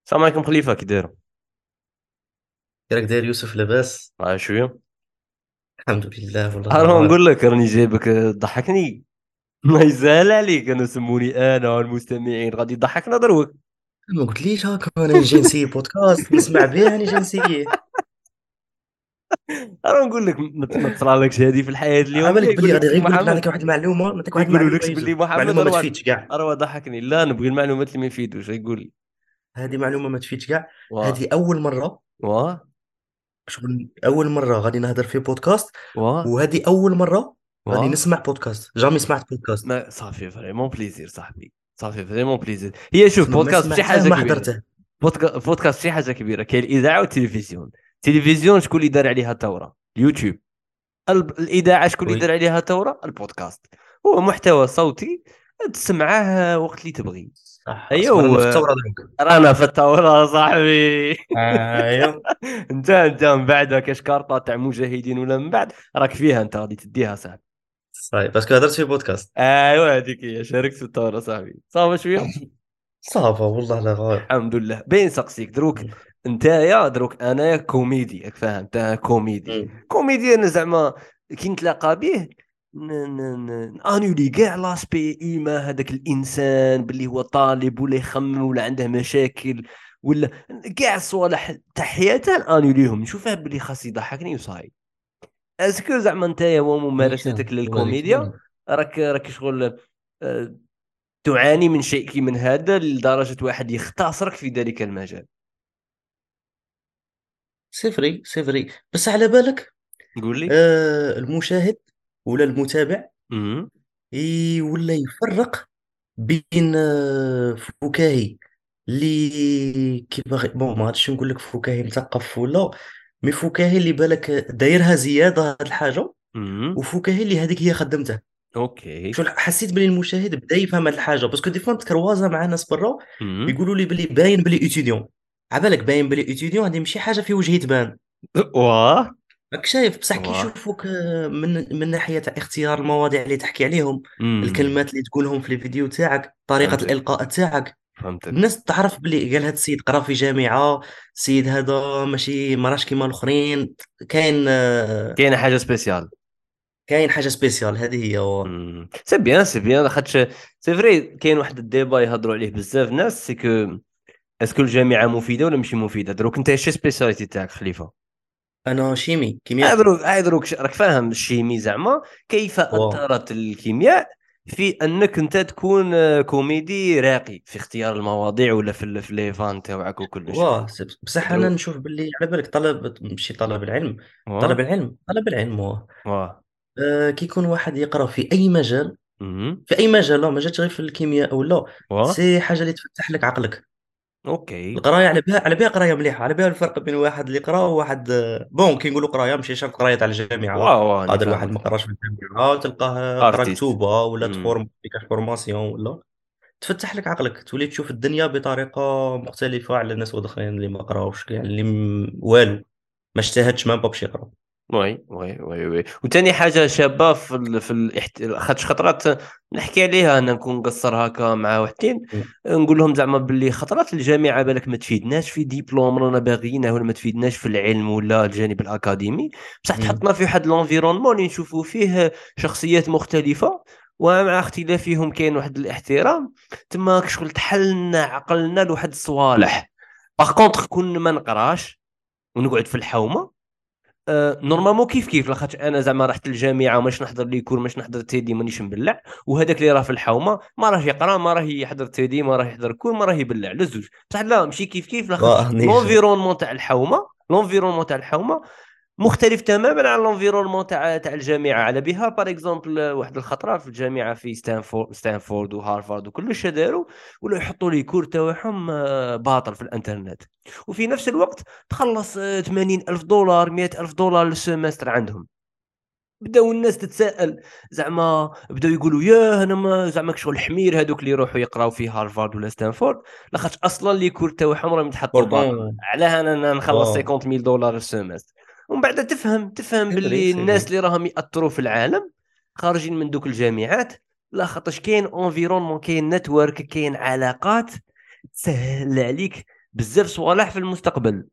السلام عليكم خليفة، كي داير؟ راك داير يوسف لاباس؟ شوية. الحمد لله والله لا انا غالب. نقول لك راني جايبك تضحكني. ما يسهل عليك، انا سموني انا والمستمعين غادي يضحكنا دروك. ما قلت ليش هكا انا نجي نسيي بودكاست نسمع به راني جاي نسييه. انا نقول لك ما تصرالكش هذه في الحياة عملك اليومية، يقول بلي لك غادي سي غير يقول لك محمد. نعطيك واحد المعلومه، نعطيك ما واحد يقولوا المعلومه لكش يوسف، باللي محمد معلومه ما اروى تفيدش كاع. ضحكني. لا، نبغي المعلومات اللي ما يفيدوش، يقول لي. هذه معلومه ما تفيدش كاع. واه. هذه اول مره، واه. شغل اول مره غادي نهضر في بودكاست. واه. وهذه اول مره غادي واه. نسمع بودكاست، جامي سمعت بودكاست. ما صافي فريمون بليزير صاحبي، صافي فريمون بليزير. هي شوف، تسمى ما بودكاست شي سمعته حاجة ما كبيرة. حضرته. بودكاست شي حاجة كبيرة. كاين الإذاعة والتلفزيون. التلفزيون شكون اللي دار عليها ثورة؟ اليوتيوب. الإذاعة شكون اللي وي دار عليها ثورة؟ البودكاست. هو محتوى صوتي تسمعه وقت اللي تبغي. صح، اصبر ايوه. في الثوره دروك. رانا في الثورة صاحبي. ايوه. انت من بعد كاش كارطة تاع مجاهدين ولا من بعد راك فيها، انت غادي تديها صاحبي. صحيح باسكو هضرت في بودكاست. ايوه هذيك هي، شاركت في الثورة صاحبي، صافي شوية. صافا والله لا غالب. الحمد لله. باين سقسيك دروك. نتايا دروك انايا كوميدي، راك فاهم؟ انت كوميدي. مم. كوميدي انا زعما كي نتلاقى به انولي كاع لاسبي ايما هذاك الانسان باللي هو طالب ولا يخمم ولا عنده مشاكل، ولا كاع الصوالح تاع حياته انوليهم، نشوفها باللي خاص يضحكني وصاي. اسكو زعما نتايا نيشان وممارستك وهذيك للكوميديا هي. راك شغل آه، تعاني من شيء من هذا لدرجة واحد يختصرك في ذلك المجال؟ سيفري سيفري، بس على بالك قول لي. المشاهد ولا المتابع امم. ولا يفرق بين فكاهي اللي كي باغي بون ما غاديش نقول لك فكاهي مثقف ولا، مي فكاهي اللي بالك دايرها زياده هاد الحاجه، امم. وفكاهي اللي هذيك هي خدمته. اوكي. شو حسيت بلي المشاهد بدا يفهم هاد الحاجه، باسكو دي فوا نتكروازا مع ناس برا امم. يقولوا لي بلي باين بلي ايتيديون. عبالك باين بلي ايتيديون هذه ماشي حاجه في وجهي تبان. واه. راك شايف بصح كي واه. يشوفوك من ناحية تاع اختيار المواضيع اللي تحكي عليهم، امم. الكلمات اللي تقولهم في الفيديو تاعك، طريقة فهمتك. الإلقاء تاعك، فهمتك. الناس تعرف بلي قال هذا السيد قرا في جامعة، السيد هذا ماشي مراش كيما الآخرين. كاين كاينه حاجه سبيسيال. كاين حاجة سبيسيال، هذه هي سي بيان سي بيان، لاخاطش سي فري كاين واحد الديبا يهضروا عليه بزاف ناس، سي كو اسكو الجامعه مفيده ولا ماشي مفيده. دروك انت ايش سبيسياليتي تاعك خليفه؟ أنا شيمي كيمياء. دروك راك فاهم الشيمي زعما كيف واو. اثرت الكيمياء في انك انت تكون كوميدي راقي في اختيار المواضيع ولا في لي فان تاعك وكلش. واه بصح أنا دروك. نشوف بلي على بالك طلب ماشي طلب العلم. واه. طلب العلم واه. واه. كي يكون واحد يقرا في أي مجال، امم. في اي مجال، لا ما جاتش غير في الكيمياء او لا، واه. سي حاجه اللي تفتح لك عقلك. اوكي. القرايه على بها قرايه مليحه، على بها الفرق بين واحد اللي قرا وواحد بون كي نقولوا قرايه ماشي شرط قرايه تاع الجامعه. واه. واه اني قادر واحد فاهمك. ما قراش في الجامعه تلقاه قرا ارتيست. كتوبه ولا امم. تفورم في كاش فورماسيون ولا، تفتح لك عقلك تولي تشوف الدنيا بطريقه مختلفه على الناس الاخرين اللي ما قراوش، يعني اللي والو ما اجتهدش ما باش يقرا. وي وي وي وي. وتاني حاجة شابة خاطش خطرات نحكي عليها، أنا نكون نقصر هكا مع وحدين، نقول لهم زعما باللي خطرات الجامعة بالك ما تفيدناش في ديبلوم رانا باغيينه، ولا ما تفيدناش في العلم ولا الجانب الأكاديمي، بصح مم. تحطنا في واحد لونفيرونمون اللي نشوفوا فيه شخصيات مختلفة، ومع اختلافهم كاين واحد الاحترام. تما شغل تحلنا عقلنا لواحد الصوالح. باغ كونطخ كون ما نقراش ونقعد في الحومه، نورمالمون كيف كيف، لاخاطش انا زعما رحت للجامعه وماش نحضر لي كور، ماش نحضر تيدي، مانيش مبلع. وهذاك اللي راه في الحومه ما راه يقرا، ما راه يحضر تيدي، ما راه يحضر كور، ما راه يبلع لزوج. بصح لا ماشي كيف كيف، لاخاطش واه نيشان. لونفيرونمون تاع الحومه مختلف تماما عن لونفيرونمون تاع الجامعه. على بها باغ اكزومبل واحد الخطره في الجامعه في ستانفورد وهارفارد وكلش داروا، ولا يحطوا لي كور تاعهم باطل في الانترنت، وفي نفس الوقت تخلص 80 ألف دولار 100 ألف دولار للسيمستر عندهم. بداو الناس تتساءل، زعما بداو يقولوا ياه انا ما زعما شغل الحمير هذوك اللي يروحوا يقراو في هارفارد ولا ستانفورد، لاخاطش اصلا لي كور تاعهم راهم يتحطوا باطل. بورتون. علاه انا نخلص واو. 50 ميل دولار السيمستر؟ ومن بعد تفهم سي فري باللي سي الناس فري. اللي راهم ياثروا في العالم خارجين من دوك الجامعات، لا خاطرش كاين انفيرونمون، كاين نتورك، كاين علاقات تسهل عليك بزاف صوالح في المستقبل.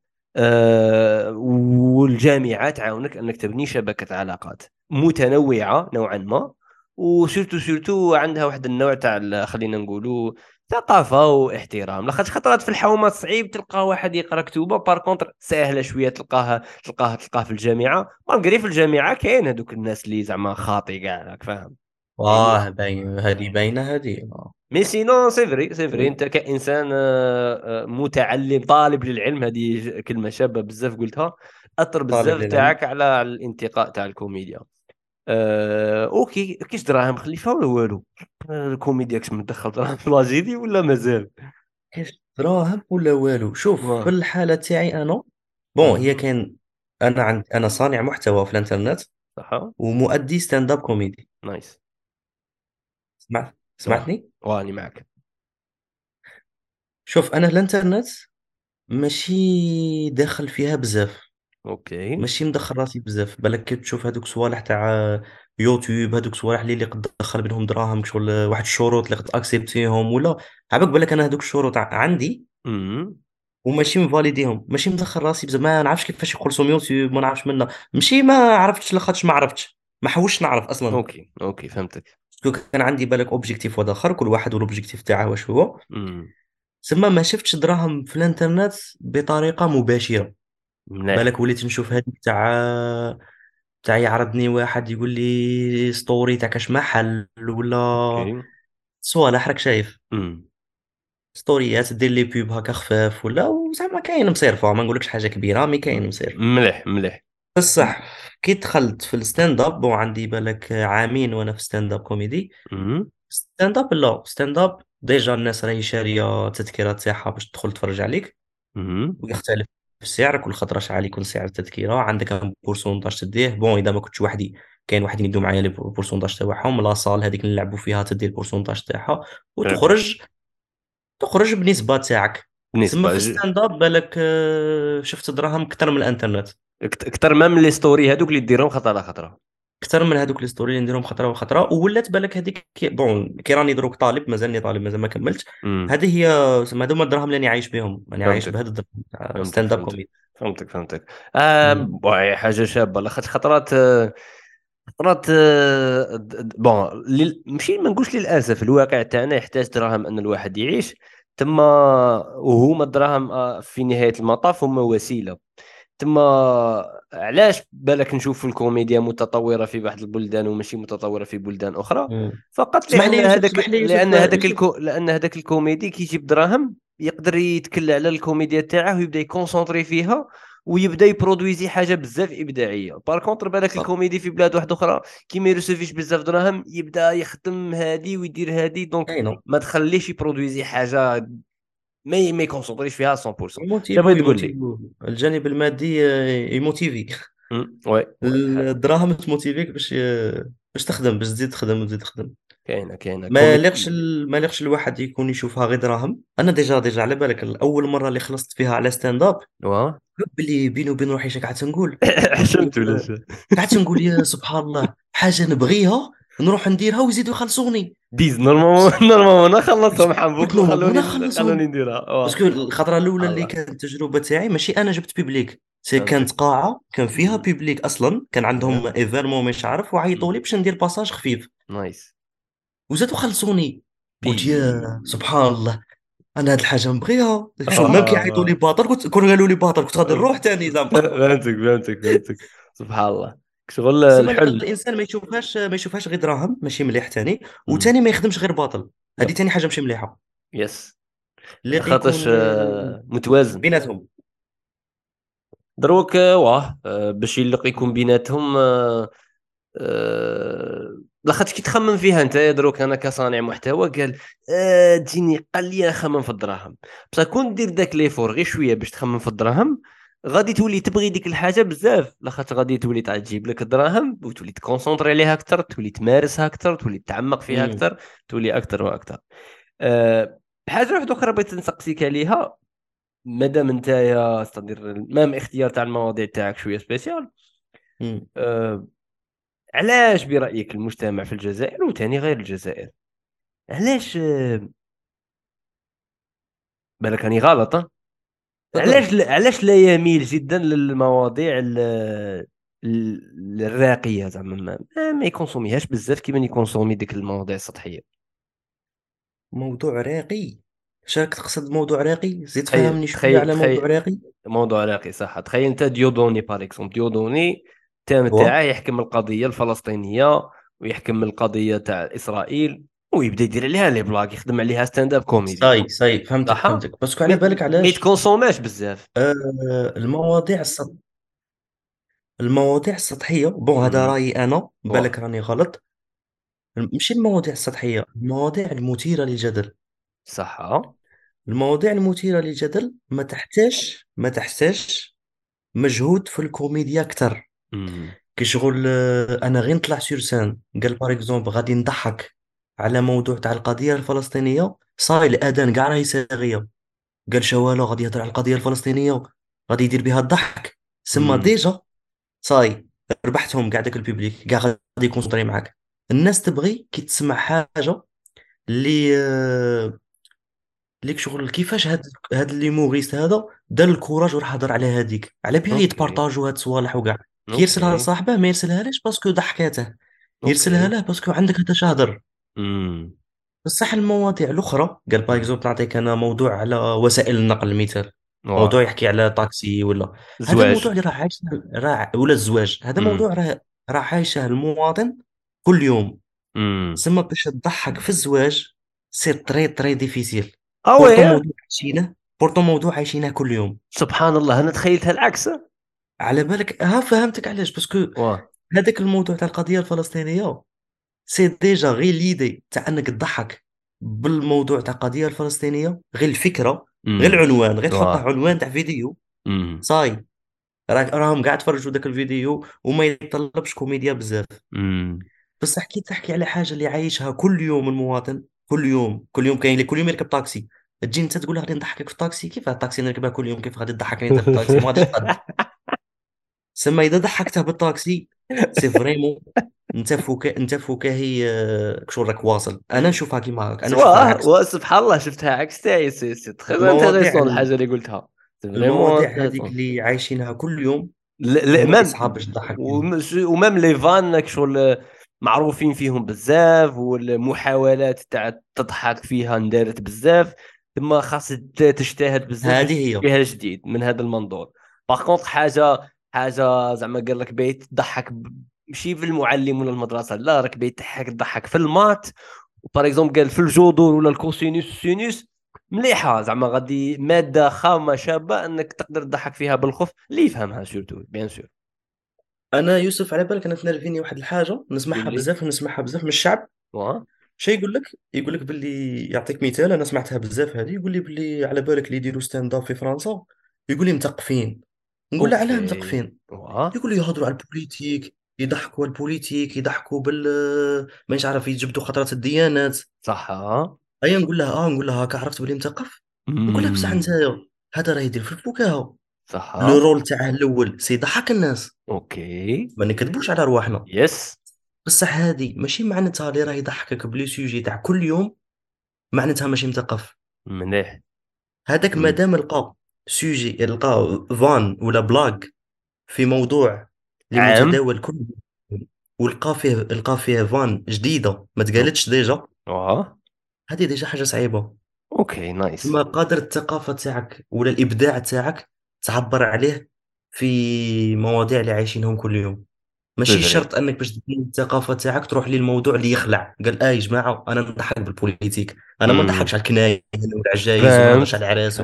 والجامعه تعاونك انك تبني شبكه علاقات متنوعه نوعا ما، وسورتو عندها واحد النوع تاع خلينا نقولوا ثقافه واحترام. لاخاطش خطرات في الحومات صعيب تلقى واحد يقرا كتوبه، بار كونتر ساهله شويه تلقاه في الجامعه. مالغري في الجامعه كاين هذوك الناس اللي زعما خاطي كاع، راك فاهم يعني. باين هذه، باينه هذه مي سينو سي فري وي. انت كانسان متعلم طالب للعلم، هذه كلمه شابه بزاف قلتها، اثر طالب بزاف للعلم. تاعك على الانتقاء تاع الكوميديا. اوكي، كاش دراهم خليفه ولا والو؟ الكوميديا كاش مدخل دراهم في لاجيدي ولا مازال؟ كاش دراهم ولا والو؟ شوف في واه. الحاله تاعي انا، بون هي أها. كان، انا صانع محتوى في الانترنت صح. ومؤدي ستاند اب كوميدي. نايس. واه. سمعتني. واني معك. شوف انا الانترنت ماشي داخل فيها بزاف، اوكي. ماشي مدخل راسي بزاف. بالك كي تشوف هذوك صوالح تاع يوتيوب، هذوك صوالح اللي قد تدخل بينهم دراهم، شغل واحد الشروط اللي قد اكسبتيهم ولا، عباك بالك انا هذوك الشروط عندي امم. وماشي مفاليديهم، ماشي مدخل راسي بزاف، ما نعرفش كيفاش يخلصوا من يوتيوب، ما نعرفش منه، ماشي ما عرفتش لاخاطش ما عرفتش، ما حوش نعرف اصلا. اوكي اوكي فهمتك. باسكو كان عندي بالك اوبجيكتيف واحد اخر، كل واحد والاوبجيكتيف تاعه واش هو. امم. ثم ما شفتش دراهم في الانترنت بطريقه مباشره. مليح. بالك وليت نشوف هذيك تاع يعرضني واحد يقول لي ستوري تاع كاش محل ولا اوكي. صوالح، راك شايف امم. ستوريات دير لي بيب هكا خفاف ولا، وزعما كاين مصيرفه، ما نقولكش حاجه كبيره مي كاين مصيرفه. مليح مليح. بصح كي دخلت في الستاند اب، بون عندي بالك عامين وانا في ستاند اب كوميدي. امم. ستاند اب لا، ستاند اب ديجا الناس راهي شاريه تذكره تاعها باش تدخل تفرج عليك، امم. ويختلف في السعر كل خطره. شحال يكون سعر التذكره، عندك ان بورسونتاج تديه. بون اذا ما كنتش وحدي كاين واحد يدو معايا لي بورسونتاج تاعهم، لا صال هذيك اللي نلعبوا فيها تدي البورسونتاج تاعها، تري بيان. تخرج بنسبه تاعك. تسمى بالنسبه في الستاند اب بالك شفت دراهم اكثر من الانترنت، اكثر ما من لي ستوري هذوك اللي ديرهم خطره على خطره. اكثر من هذوك لي ستوري اللي نديرهم خطره وخطره. وولات بالك هذيك بون كي راني دروك طالب، مازالني طالب، مازال ما كملتش. امم. هذه هي سما هذوما الدراهم اللي راني عايش بهم، راني عايش فهمتك بهذا الدراهم تاع فهمتك ستاند اب فهمتك كوميدي. فهمتك. مم. بوي حاجه شابه، لاخاطش خطرات خطرات بون ماشي ما نقولش للاسف، الواقع تاعنا يحتاج دراهم ان الواحد يعيش. تما وهما الدراهم في نهايه المطاف هما وسيله. تما علاش بالك نشوف الكوميديا متطورة في بعض البلدان وماشي متطورة في بلدان أخرى؟ مم. فقط اسمح لي يوسف، اسمح لي يوسف، يوسف. لأن هذاك الكوميدي كيجيب دراهم يقدر يتكل على الكوميديا تاعه ويبدا يكونسونطري فيها، ويبدا يبرودويزي حاجه بزاف ابداعيه. بار كونتر بالك بالضبط. الكوميدي في بلاد واحده اخرى كي ما يرسوفيش بزاف دراهم يبدا يخدم هادي ويدير هادي، دونك كاينه. ما تخليش يبرودويزي حاجه ما يكونسونطريش فيها 100%. يموتيفو شبغي تقول لي؟ يموتيفو الجانب المادي يموتيفي. وي وي الدراهم تموتيفيك باش تخدم، باش تزيد تخدم وتزيد تخدم. كاينه ما كوميدي. ليقش ما ليقش الواحد يكون يشوفها غير دراهم. انا ديجا على بالك اول مره اللي خلصت فيها على ستاند اب، واه. بلي بيني وبين روحي اش قعدت نقول، حشمت ولا شو؟ قعدت نقول يا سبحان الله، حاجه نبغيها نروح نديرها ويزيدوا يخلصوني. ديز نورمالمون نورمالمون انا خلصتهم قلت حنبوك نورمالمون خلوني نخلصهم. نديرها. واه. باسكو الخطره الاولى اللي الله. كانت التجربه تاعي ماشي انا جبت بيبليك، سي كانت فهمتك. قاعه كان فيها مم. بيبليك اصلا، كان عندهم اوكي. ايفيرمون مش عارف، وعيطوا مم. لي باش ندير باساج خفيف نايس. وزادوا خلصوني. قلت يا بي. سبحان الله، انا هاد الحاجه نبغيها. شو ما كيعيطوا لي آه. باطل، كون قالوا لي باطل كنت غادي نروح تاني زعما. فهمتك. سبحان الله. شغل تسمى الحل. الانسان ما يشوفهاش غير دراهم، ماشي مليح تاني. مم. وتاني ما يخدمش غير باطل، هذه يب. تاني حاجه ماشي مليحه. يس. اللي خاطرش يكون متوازن. بيناتهم. دروك واه باش يلقى يكون بيناتهم لاخاطش كي تخمم فيها انت دروك انا كصانع محتوى قال تجيني قال لي اخمم في الدراهم. بصح كون دير داك ليفور غير شويه باش تخمم في الدراهم غادي تولي تبغي ديك الحاجه بزاف، لاخاطش غادي تولي تجيب لك الدراهم وتولي تكونسونطري عليها اكثر، تولي تمارسها اكثر، تولي تتعمق فيها امم. اكثر، تولي اكثر واكثر. أه حاجه واحده اخرى بغيت نسقسيك عليها، مادام انت يا استدير المام اختيار تاع المواضيع تاعك شويه سبيسيال. امم. أه علاش برأيك المجتمع في الجزائر وثاني غير الجزائر، علاش بالك راني غلط تفضل. علاش لا يميل جدا للمواضيع الراقيه، زعما ما يكونسوميهاش بزاف كيما يكونسومي ديك المواضيع السطحيه. موضوع راقي؟ شاك تقصد موضوع راقي؟ زيد تخيل فهمني شوية تخيل على موضوع تخيل راقي. موضوع راقي، صح. تخيل انت ديودوني بار اكزومبل، ديودوني التام و تاعه يحكم القضيه الفلسطينيه ويحكم القضيه تاع اسرائيل، ويبدا يدير عليها لي بلاك، يخدم عليها ستاند اب كوميدي. صاي فهمتك صح. فهمتك، باسكو على بالك ما علاش. يتكونسوماش بزاف. المواضيع المواضيع السطحية، بون هذا امم. رأيي أنا، بالك واه. راني غلط. ماشي المواضيع السطحية، المواضيع المثيرة للجدل. صح. المواضيع المثيرة للجدل ما تحتاج مجهود في الكوميديا أكثر. امم. كي شغل أنا غير نطلع سور سان قال باغ اكزومبل غادي نضحك على موضوع تاع القضية الفلسطينية، صاي الأذان كاع راهي صاغية، قال شوالو غادي يهضر على القضية الفلسطينية، غادي يدير بها الضحك، سما امم. ديجا صاي ربحتهم كاع داك البيبليك كاع غادي يكونسونطري معاك. الناس تبغي كي تسمع حاجة اللي ليك شغل كيفاش هاد ليموريست هذا دار الكوراج وراح هضر على هذيك، على بها اوكي. يتبارطاجوا هاد الصوالح وكاع. كي يرسلها اوكي. لصاحبه ما يرسلها باسكو ضحكاته، يرسلها اوكي. له باسكو عندك هذا شهدر. امم. بصح المواضيع الاخرى قال باغ اكزومبل نعطيك انا موضوع على وسائل النقل مثال، موضوع واه. يحكي على طاكسي ولا، هذا زواج. موضوع اللي راه عايش، ولا الزواج، هذا امم. موضوع راه عايشه المواطن كل يوم. امم. سما باش تضحك في الزواج سي تري ديفيسيل. اه بورتو وي. موضوع عايشينه، بورتو موضوع عايشينه كل يوم. سبحان الله، انا تخيلتها العكس. على بالك ها فهمتك علاش، باسكو واه. هذاك الموضوع تاع القضيه الفلسطينيه سي ديجا غير ليدي تاع انك تضحك بالموضوع تاع القضيه الفلسطينيه، غير الفكره، غير امم. العنوان، غير تحطه واه. عنوان تاع فيديو، امم. صاي راهم قاعد تفرجوا ذاك الفيديو وما يتطلبش كوميديا بزاف. امم. بس كي تحكي على حاجه اللي عايشها كل يوم المواطن، كل يوم كاين اللي كل يوم يركب طاكسي، تجي انت تقول له غادي نضحكك في الطاكسي، كيف الطاكسي نركبها كل يوم، كيف غادي تضحكني انت في الطاكسي، ما غاديش تقد. سما اذا ضحكته بالطاكسي سي فريمون انت فكاهي، كشغل راك واصل، انا نشوفها كيما هاك، انا نشوفها سوا عكس. سبحان الله، شفتها عكس تاعي. سي تري المواضيع انتريسون الحاجه اللي قلتها، سي فريمون المواضيع هذيك انتريسون. اللي عايشينها كل يوم لا لا، هما اللي مام. صعاب باش تضحك فيهم. ومام لي فان شغل معروفين فيهم بزاف، والمحاولات تاع تضحك فيها ندارت بزاف، ثم خاص تجتهد بزاف هذه باش هي. فيها جديد من هذا المنظور. باغ كونطخ حاجه زعما قال لك بيت تضحك ماشي في المعلم ولا المدرسه، لا، راك بيت تضحك في المات. باغ اكزومبل قال في الجذور ولا الكوسينوس السينوس، مليحه زعما غادي ماده خامه شابه انك تقدر تضحك فيها بالخف اللي يفهمها سورتو بيان سور. انا يوسف على بالك انا تنرفيني واحد الحاجه قول نسمعها لي. بزاف ونسمعها بزاف من الشعب. واه. شي يقول لك باللي، يعطيك مثال انا سمعتها بزاف هذه، يقول لي باللي على بالك اللي يديروا ستاند اب في فرنسا، يقول لي مثقفين. نقول له علاه اوكي. مثقفين؟ واه. يقول لي يهضروا على البوليتيك، يضحكوا على البوليتيك، يضحكوا مانيش عارف يجبدوا خطرات الديانات. صح. ايا نقول لها هاكا عرفت بلي مثقف. نقول لها بصح انت امم. هذا راه يدير في الفكاهه، لو صح. رول تاعه الاول سيضحك الناس، اوكي. ما نكذبوش على رواحنا. يس. بصح هذه ماشي معناتها اللي راه يضحكك بلي سوجي تاع كل يوم معناتها ماشي مثقف. مليح. هذاك مم. مادام لقى سوجي، لقى فان ولا بلاغ في موضوع اللي عام. متداول كل يوم، لقى فيه فان جديده ما أوك- تقالتش ديجا، واه. هذه ديجا حاجه صعيبه. اوكي نايس. ما قادر الثقافه تاعك ولا الابداع تاعك تعبر عليه في مواضيع اللي عايشينهم كل يوم. سي ماشي فري. شرط انك باش تبين الثقافه تاعك تروح للموضوع اللي يخلع، قال يا جماعه انا نضحك بالبوليتيك، انا ما امم. نضحكش على الكناية ولا على الجايز وما نهضرش فهمت. على العراس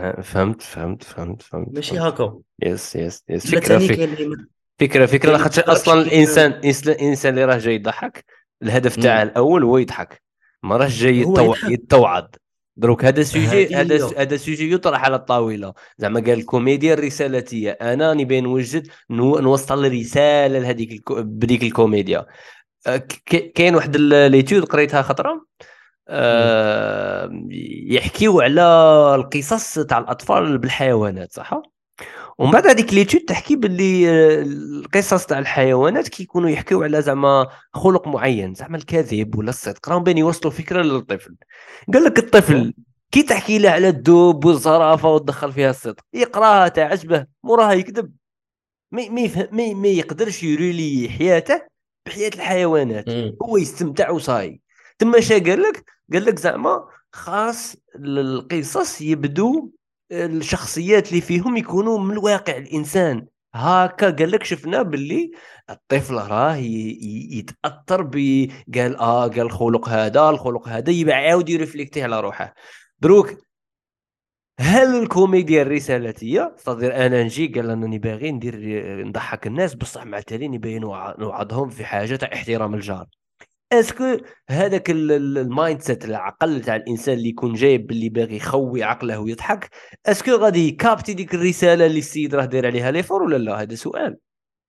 فهمت. ماشي هكا. يس يس يس، ولا فكره تاني في كاين اللي ما فكره كاين اللي ما لاخاطش يقدرش اصلا الانسان اللي راه جاي يضحك، الهدف تاعه امم الاول هو يضحك، ما راهش جاي هو يضحك. يتوعد. دروك هذا سوجي، هذه هي. هذا سوجي يطرح على الطاوله. زعما قال الكوميديا الرسالتيه، انا نبي نوجد نوصل الرساله لهذيك بديك الكوميديا. كاين واحد ليتود قريتها خطره، امم يحكيو على القصص تاع الاطفال بالحيوانات، صح؟ ومن بعد هذيك ليتود تحكي باللي القصص تاع الحيوانات كيكونوا يحكيو على زعما خلق معين، زعما الكذب ولا الصدق، راهم بين يوصلوا فكره للطفل. قال لك و الطفل كي تحكي له على الدب والزرافه وتدخل فيها الصدق يقراها تعجبه، موراها يكذب. ما يقدرش يريلي حياته بحياة الحيوانات، مم. هو يستمتع وصاي. تما شا قال لك زعما خاص القصص يبدو الشخصيات اللي فيهم يكونوا من الواقع الإنسان. هكا قال لك شفنا باللي الطفل راه يتأثر قال الخلق هذا يبقى عاود يرفلكتي على روحه. دروك هل الكوميديا الرسالتيه صدير انا نجي قال انني باغي ندير نضحك الناس بصح مع التالي نبين نوعدهم في حاجه تاع احترام الجار؟ اسكو هذاك المايند سيت العقل تاع الانسان اللي يكون جايب باللي باغي يخوي عقله ويضحك، اسكو غادي يكابتي ديك الرساله اللي السيد راه داير عليها ليفور ولا لا؟ هذا سؤال.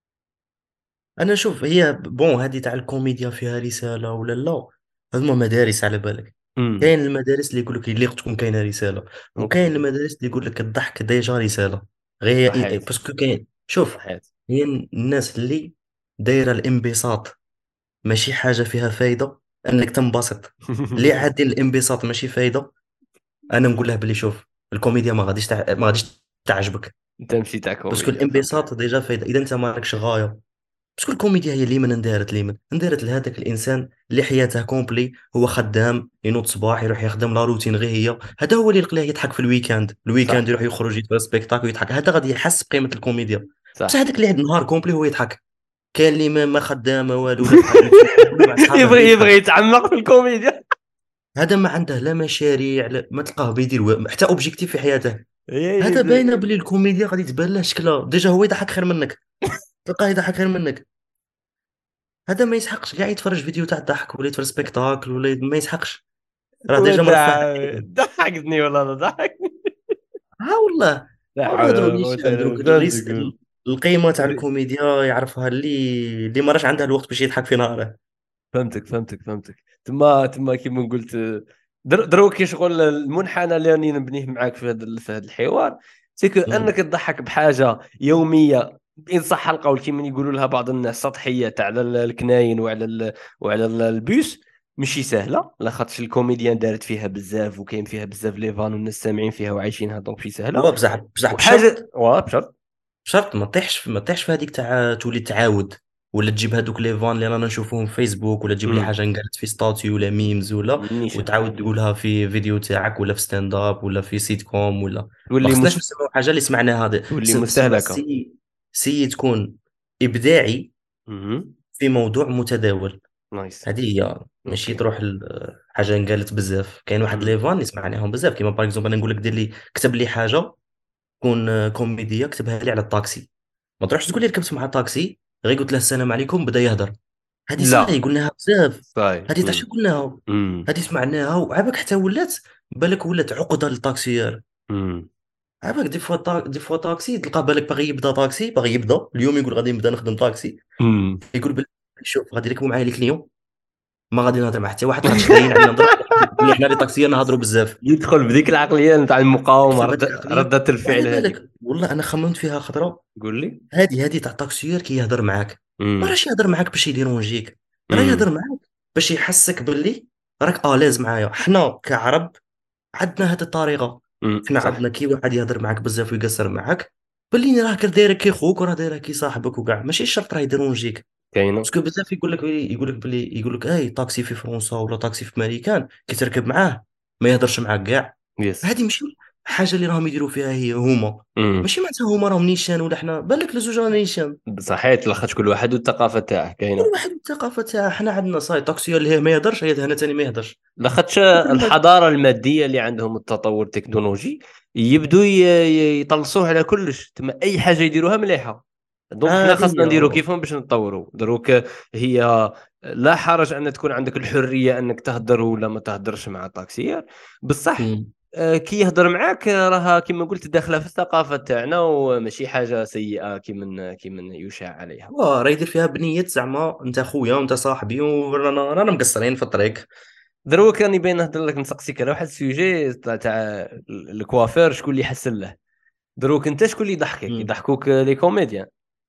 انا شوف، هي بون هذه تاع الكوميديا فيها رساله ولا لا، هذوما مدارس على بالك. امم. كاين المدارس اللي يقول لك اللي تكون كاينه رساله، وكاين اوكي. المدارس اللي يقول لك الضحك ديجا رساله. غير صحيت. باسكو كاين، شوف، صحيت. هي الناس اللي دايره الانبساط ماشي حاجه فيها فايده، انك تنبسط. اللي عادي الانبساط ماشي فايده، انا نقول له بلي شوف، الكوميديا ما غاديش تعجبك. تمشي تاع باسكو كوميديا، فهمتك. الانبساط ديجا فايده اذا انت مالكش غايه. باسكو الكوميديا هي اللي من اندارت لهذاك الانسان اللي حياته كومبلي، هو خدام ينوض صباح يروح يخدم لا روتين غير هي، هذا هو اللي يلقاه يضحك في الويكاند صح. يروح يخرج يتفرج سبيكتاكل ويضحك، هذا غادي يحس بقيمه الكوميديا. بس صح. هذاك اللي عنده نهار كومبلي هو يضحك. كاين اللي ما خدام ما والو ولا تحط ياكل مع صحابه غير يبغي يضحك. يتعمق في الكوميديا. هذا ما عنده لا مشاريع ما تلقاه بيدير حتى اوبجيكتيف في حياته. هذا إيه. باينه بلي الكوميديا غادي تبان له شكلها ديجا هو يضحك خير منك، تلقاه يضحك خير منك. هذا ما يسحقش كاع يتفرج فيديو تاع الضحك ولا يتفرج سبيكتاكل ولا ما يسحقش، راه ديجا مرفه عليه. ضحكتني والله، ضحكني. ها والله. لا والله حول دروك ولا قوة نيشان إلا دروك بالله. فهمتك. القيمة تاع الكوميديا يعرفها اللي ما راش عندها الوقت باش يضحك في نهاره. فهمتك. تما كيما قلت، دروك كي شغل المنحنى اللي راني نبنيه معاك في هذا الحوار، سيكو مم. انك تضحك بحاجه يوميه، ان صح القول كيما يقولوا لها بعض الناس سطحيه تاع على الكناين وعلى البيوس، ماشي سهله، لاخاطش الكوميديان دارت فيها بزاف وكاين فيها بزاف لي فان والناس سامعين فيها وعايشينها، دونك ماشي سهله. هو بصح وحاجه بشرط، بشرط. ما تطيحش في هذيك تاع تولي تعاود، ولا تجيب هذوك لي فان اللي رانا نشوفوهم في فيسبوك، ولا تجيب لي امم. حاجه انقالت في ستاتيو ولا ميمز ولا، نيشان. وتعاود تقولها في فيديو تاعك ولا في ستاند اب ولا في سيت كوم ولا. ما تولي خصناش نسمعوا حاجه اللي سمعناها هذه. تولي تسمى مستهلكه. سي تكون ابداعي اها. في موضوع متداول. نايس. هذه هي، ماشي اوكي. تروح حاجه انقالت بزاف. كاين واحد مم. ليفان اللي سمعناهم بزاف، كيما باغ اكزومبل انا نقول لك دير لي كتب لي حاجه تكون كوميديه، كتبها لي على الطاكسي. ما تروحش تقول لي ركبت مع طاكسي غير قلت له السلام عليكم بدا يهضر. هذه صاي لا. قلناها بزاف، صاي. هذه تعرف شنو قلناها، امم. هذه سمعناها وعابك حتى ولات بالك ولات عقده للطاكسيير. امم. عابك دي فوا طاكسي تلقاه بالك باغي يبدا طاكسي، باغي يبدا اليوم يقول غادي نبدا نخدم طاكسي، امم. يقول شوف غادي يركبوا معايا الكليون، ما غادي نهضر مع حتى واحد خاطش باين علينا نضرب بلي حنا لي طاكسيير نهضروا بزاف. يدخل بذيك العقليه نتاع المقاومه، يدخل بهذيك العقليه. ردة وعلى الفعل هذيك. بالك والله انا خممت فيها خطره، قول لي. هذه تاع الطاكسيير كي يهضر معاك، ما امم. راش يهضر معاك باش يديرونجيك، راه امم. يهضر معاك باش يحسك باللي راك اليز معايا. حنا كعرب عندنا هذه الطريقه، حنا صح. عندنا كي واحد يهضر معاك بزاف ويقصر معاك باللي راه دايرك كي خوك وراه دايرك كي صاحبك وكاع، ماشي شرط راه يديرونجيك. كاينه. باسكو بزاف يقول لك اي طاكسي في فرنسا ولا طاكسي في ماريكان كي تركب معاه ما يهضرش معاك كاع. يس. هذه ماشي حاجه اللي راهم يديروا فيها هي هما، امم. ماشي معناتها هما راهم نيشان ولا حنا بالك لزوج رانا نيشان. صحيت، لاخاطش كل واحد والثقافه تاعه كل كاينه. واحد والثقافه تاعه. حنا عندنا صاي طاكسي اللي هي ما يهضرش، هي هنا ثاني ما يهضرش. لاخاطش وكل الحضاره الماديه اللي عندهم التطور التكنولوجي يبدو يطلصوه على كلش، تما اي حاجه يديروها مليحه. دونك حنا هذه خاصنا هي نديرو كيفهم باش نتطوروا دروك. هي لا حرج ان تكون عندك الحريه انك تهدر ولا ما تهدرش مع الطاكسيير، بصح مم. كي يهدر معاك راها كما قلت داخله في الثقافه تاعنا وماشي حاجه سيئه كي من يشاع عليها. راه يدير فيها بنية زعما انت خويا وانت صاحبي ورانا مقصرين في الطريق. دروك راني باين نهضر لك نسقسيك على واحد السوجي تاع الكوافير، شكون اللي يحسن له؟ دروك انت شكون اللي يضحكك؟ مم. يضحكوك لي كوميديان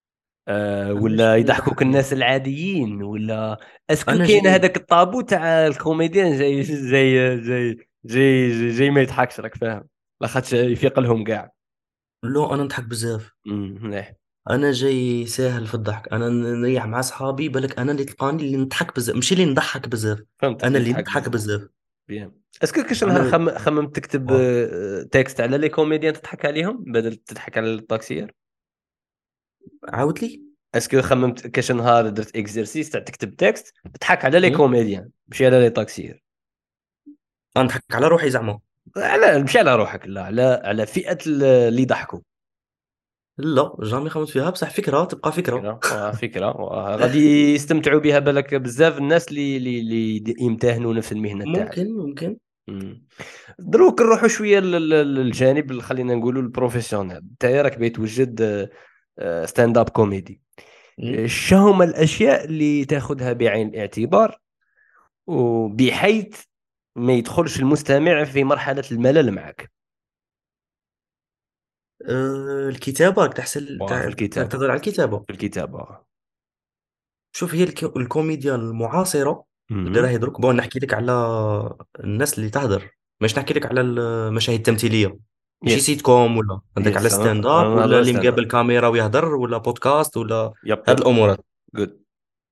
انا ولا شكون اللي يضحكوك يضحكني؟ الناس العاديين؟ ولا اسكو انا كاين جاي. هذاك الطابو تاع الكوميديان زي جاي ما يضحكش، راك فاهم، لاخاطش يفيق لهم كاع. لا انا نضحك بزاف. مليح. انا جاي ساهل في الضحك، انا نريح مع صحابي بالك، انا اللي تلقاني اللي نضحك بزاف ماشي اللي نضحك بزاف. فهمتك، انا اللي اللي يضحك نضحك بزاف. بزاف. بيان. اسكو كاش نهار انا خممت تكتب واه. تكست على لي كوميديان تضحك عليهم بدل تضحك على الطاكسير؟ عاود لي. اسكو خممت كاش نهار درت اكزرسيس تاع تكتب تكست تضحك على لي م؟ كوميديان ماشي على لي طاكسير؟ انا نضحك على روحي زعما. على ماشي على روحك، لا على فئة اللي يضحكوا. لا جامي خممت فيها، بصح فكره تبقى فكره. فكرة فكرة غادي يستمتعوا بها بالك بزاف الناس اللي يمتهنوا نفس المهنة تاعك. ممكن ممكن. مم. دروك نروحوا شويه للجانب اللي خلينا نقولوا البروفيسيونيل. انت راك بيتوجد ستاند اب كوميدي، م؟ هما الاشياء اللي تاخذها بعين الاعتبار وبحيث ما يدخلش المستمع في مرحله الملل معك؟ الكتابه تحسن وفي الكتابه، تهضر على الكتابه. في الكتابه. شوف هي الكوميديا المعاصرة اللي مهم. راهي درك، بون نحكي لك على الناس اللي تهدر، مش نحكي لك على المشاهد التمثيلية. ماشي يس. سيت كوم ولا عندك على يس ستاند انا اب ولا نهضر اللي ستاند مقابل اب. كاميرا ويهدر ولا بودكاست ولا يب هاد يب. الامورات. جود.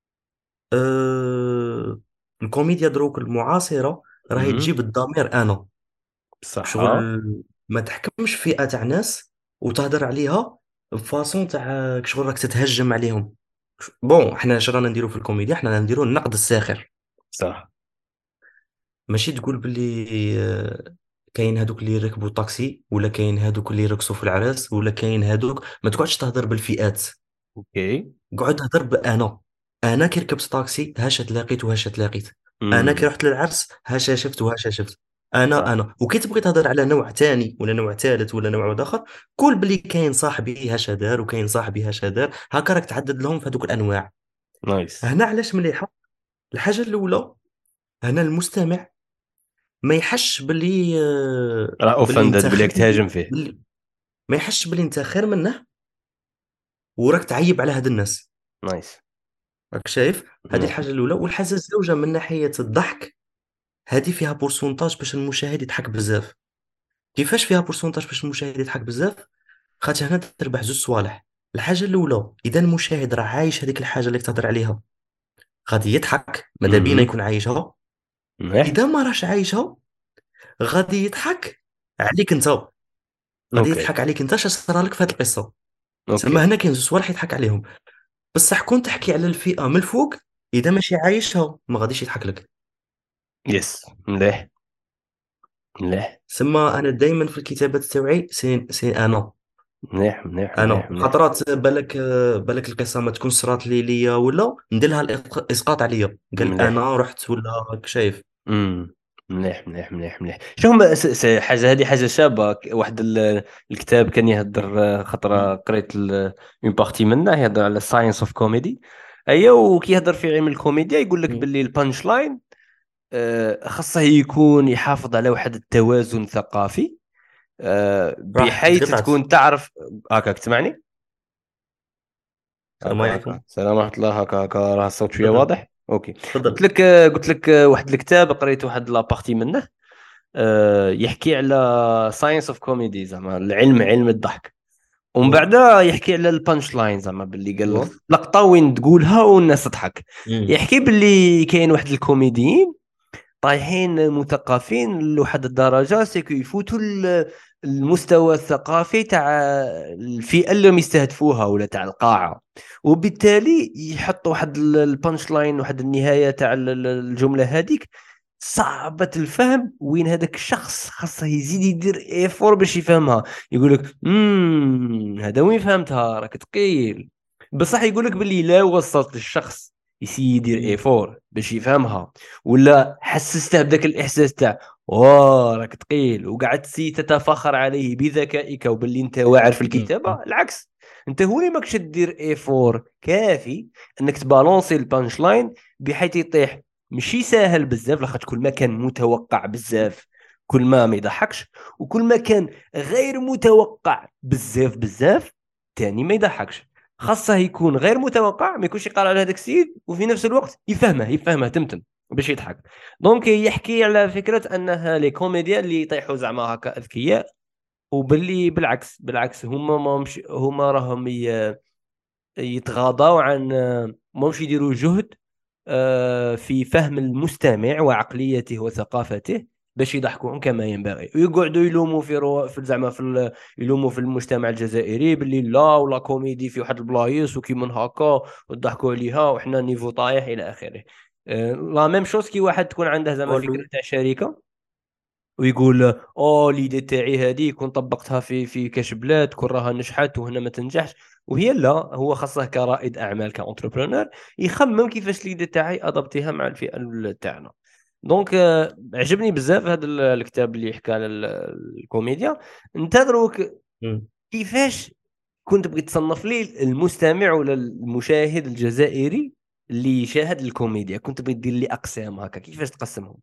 أه... الكوميديا دروك المعاصرة راهي تجيب الضمير انا صح. شغل، ما تحكمش فئة تاع ناس وتهدر عليها بفاصون تاع شغل راك تتهجم عليهم. بون احنا اش رانا نديرو في الكوميديا، احنا نديرو النقد الساخر. صح. ماشي تقول باللي كاين هادوك اللي يركبوا الطاكسي، ولا كاين هادوك اللي يرقصوا في العراس، ولا كاين هادوك، ما تقعدش تهضر بالفئات. اوكي. قعد تهضر بانا. انا كي ركبت طاكسي هاش تلاقيت وهاش تلاقيت. انا كي امم. رحت للعرس هاش شفت وهاش شفت. انا صح. انا وكي تبغي تهضر على نوع تاني ولا نوع ثالث ولا نوع واحد اخر، قول باللي كاين صاحبي هاش دار وكاين صاحبي هاش دار، هكا راك تعدد لهم في هذوك الانواع. نايس. هنا علاش مليحه؟ الحاجه الاولى، هنا المستمع ما يحش باللي راه باللي انت اوفندد خير بليك تهاجم فيه. باللي ما يحش باللي انت خير منه وراك تعيب على هاد الناس. نايس. راك شايف؟ هذه نعم. الحاجه الاولى. والحاجه الزوجه من ناحيه الضحك، هذه فيها بورسونتاج باش المشاهد يضحك بزاف. كيفاش فيها بورسونتاج باش المشاهد يضحك بزاف؟ خاطر هنا تربح زوج صوالح. الحاجه الاولى، اذا المشاهد راه عايش هذيك الحاجه اللي تهضر عليها غادي يضحك، ماذا بينا مهم. يكون عايشها. مليح. اذا ما راش عايشها غادي يضحك عليك انت، غادي اوكي. يضحك عليك انت. اش صرا لك في هذه القصه؟ تسمى اوكي. هنا كاين زوج صوالح يضحك عليهم. بصح كون تحكي على الفئة من الفوق، إذا ماشي عايشها ما غاديش يضحك لك. يس. مليح. مليح. سما أنا دائما في الكتابات تاوعي سي أنا. مليح. مليح. أنا مليح. مليح. خطرات بالك القصة ما تكون صرات ليا ولا ندير لها الإسقاط عليا، قال مليح. أنا رحت ولا راك شايف. امم. مليح. مليح. مليح. مليح. شو هما حاجه هذه حاجه شابه. واحد الكتاب كان يهدر خطره مم. قريت اون بارتي منه يهدر على ساينس اوف كوميدي. ايوه، وكيهدر في علم الكوميديا يقول لك مم. باللي البانش لاين خاصه يكون يحافظ على واحد التوازن ثقافي راح بحيث تقطعت. تكون تعرف. هكاك تسمعني؟ السلام هكا هكا عليكم. السلام ورحمة الله. هكا هكا راه الصوت شوية تفضل واضح. اوكي. قلت تفضل. لك قلت لك واحد الكتاب قريت واحد لابارتي منه يحكي على ساينس اوف كوميدي، زعما العلم، علم الضحك. ومن مم. بعد يحكي على البانش لاين، زعما باللي قال أيوه. لقطة وين تقولها والناس تضحك. مم. يحكي باللي كاين واحد الكوميديين طايحين مثقفين لواحد الدرجة سيكو يفوتوا المستوى الثقافي تاع الفئة اللي هم يستهدفوها ولا تاع القاعة، وبالتالي يحطوا واحد البانش لاين، واحد النهاية تاع الجملة هذيك صعبة الفهم، وين هذاك الشخص خاصه يزيد يدير ايفور باش يفهمها. يقول لك هذا وين فهمتها راك ثقيل. بصح يقول لك باللي لا وصلت للشخص يسي يدير مم. ايفور باش يفهمها، ولا حسسته بداك الاحساس تاع واه راك ثقيل وقعدت سي تتفاخر عليه بذكائك وباللي انت واعر في مم. الكتابه، العكس، انت هو اللي ماكش تدير ايفور كافي انك تبالونسي البانش لاين بحيث يطيح. ماشي ساهل بزاف، لاخاطش كل ما كان متوقع بزاف كل ما يضحكش، وكل ما كان غير متوقع بزاف بزاف تاني ما يضحكش. خاصه يكون غير متوقع، ما يكونش يقال على هذاك السيد وفي نفس الوقت يفهمه تمتم. باش يضحك. دونك يحكي على فكره انها لي كوميديان اللي يطيحوا زعما هكا اذكياء، وباللي بالعكس هما هما راهم يتغاضوا عن، ماهمش يديروا جهد في فهم المستمع وعقليته وثقافته باش يضحكوهم كما ينبغي، ويقعدوا يلوموا في زعما يلوموا في المجتمع الجزائري باللي لا، ولا كوميدي في واحد البلايص وكي من هكا وضحكوا عليها وحنا نيفو طايح الى اخره. لا ميم شوز كي واحد تكون عنده زعما والو. فكره تاع شركه، ويقول ليدي تاعي هذه كون طبقتها في كاش بلاد كون راها نجحت وهنا ما تنجحش. وهي لا، هو خاصه كرائد اعمال كونتربرونور يخمم كيفاش ليدي تاعي ادابتيها مع الفئه تاعنا. دونك عجبني بزاف هذا الكتاب اللي يحكي على الكوميديا. انت دروك مم. كيفاش كنت بغيت تصنف لي المستمع ولا المشاهد الجزائري اللي يشاهد الكوميديا، كنت بغيت دير لي اقسام هكا، كيفاش تقسمهم؟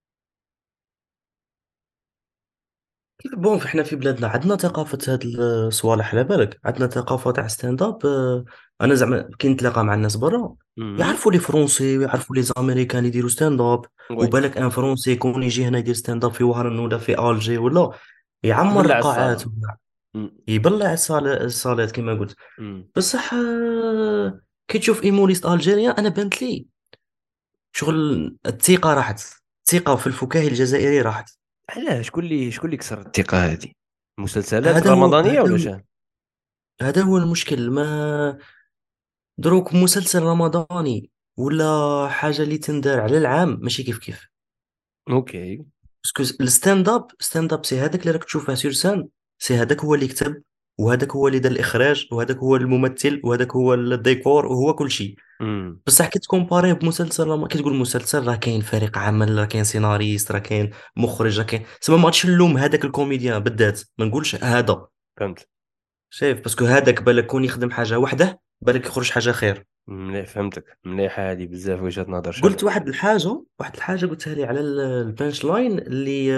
بون احنا في بلادنا عندنا ثقافة هاد الصوالح، على بالك عندنا ثقافة تاع ستاند اب. انا زعما كي نتلاقى مع الناس برا امم. يعرفوا لي فرونسي ويعرفوا لي زاميريكان يديروا ستاند اب. وي. وبالك ان فرونسي يكون يجي هنا يدير ستاند اب في وهران ولا في الجي ولا يعمر تبلع القاعات الصاله. ولا يبلع الصالات كما قلت. امم. بصح كي تشوف ايمونيست الجيريان انا بانت لي شغل الثقة راحت، الثقة في الفكاهي الجزائري راحت. علاش شكون اللي كسر الثقة هذه؟ المسلسلات هذا هو الرمضانية هذا ولا هو شنو؟ هذا هو المشكل. ما دروك مسلسل رمضاني ولا حاجة اللي تندار على العام ماشي كيف كيف. اوكي. باسكو ستاند اب سي هذاك اللي راك تشوفه سور سان، سي هذاك هو اللي كتب، وهذاك هو اللي دار الاخراج، وهذاك هو الممثل، وهذاك هو الديكور، وهو كل شيء. امم. بصح كي تكومباريه بمسلسل كي تقول مسلسل راه كاين فريق عمل، راه كاين سيناريست، راه كاين مخرج، راه كاين سما ما غاديش نلوم هذاك الكوميديان بالذات، ما نقولش هذا. فهمت. شايف باسكو هذاك بالك كون يخدم حاجة وحده بالك يخرج حاجة خير. مليح، فهمتك مليحة هذه بزاف، وجهة نظر قلت شابة. واحد الحاجة قلتها لي على البانش لاين اللي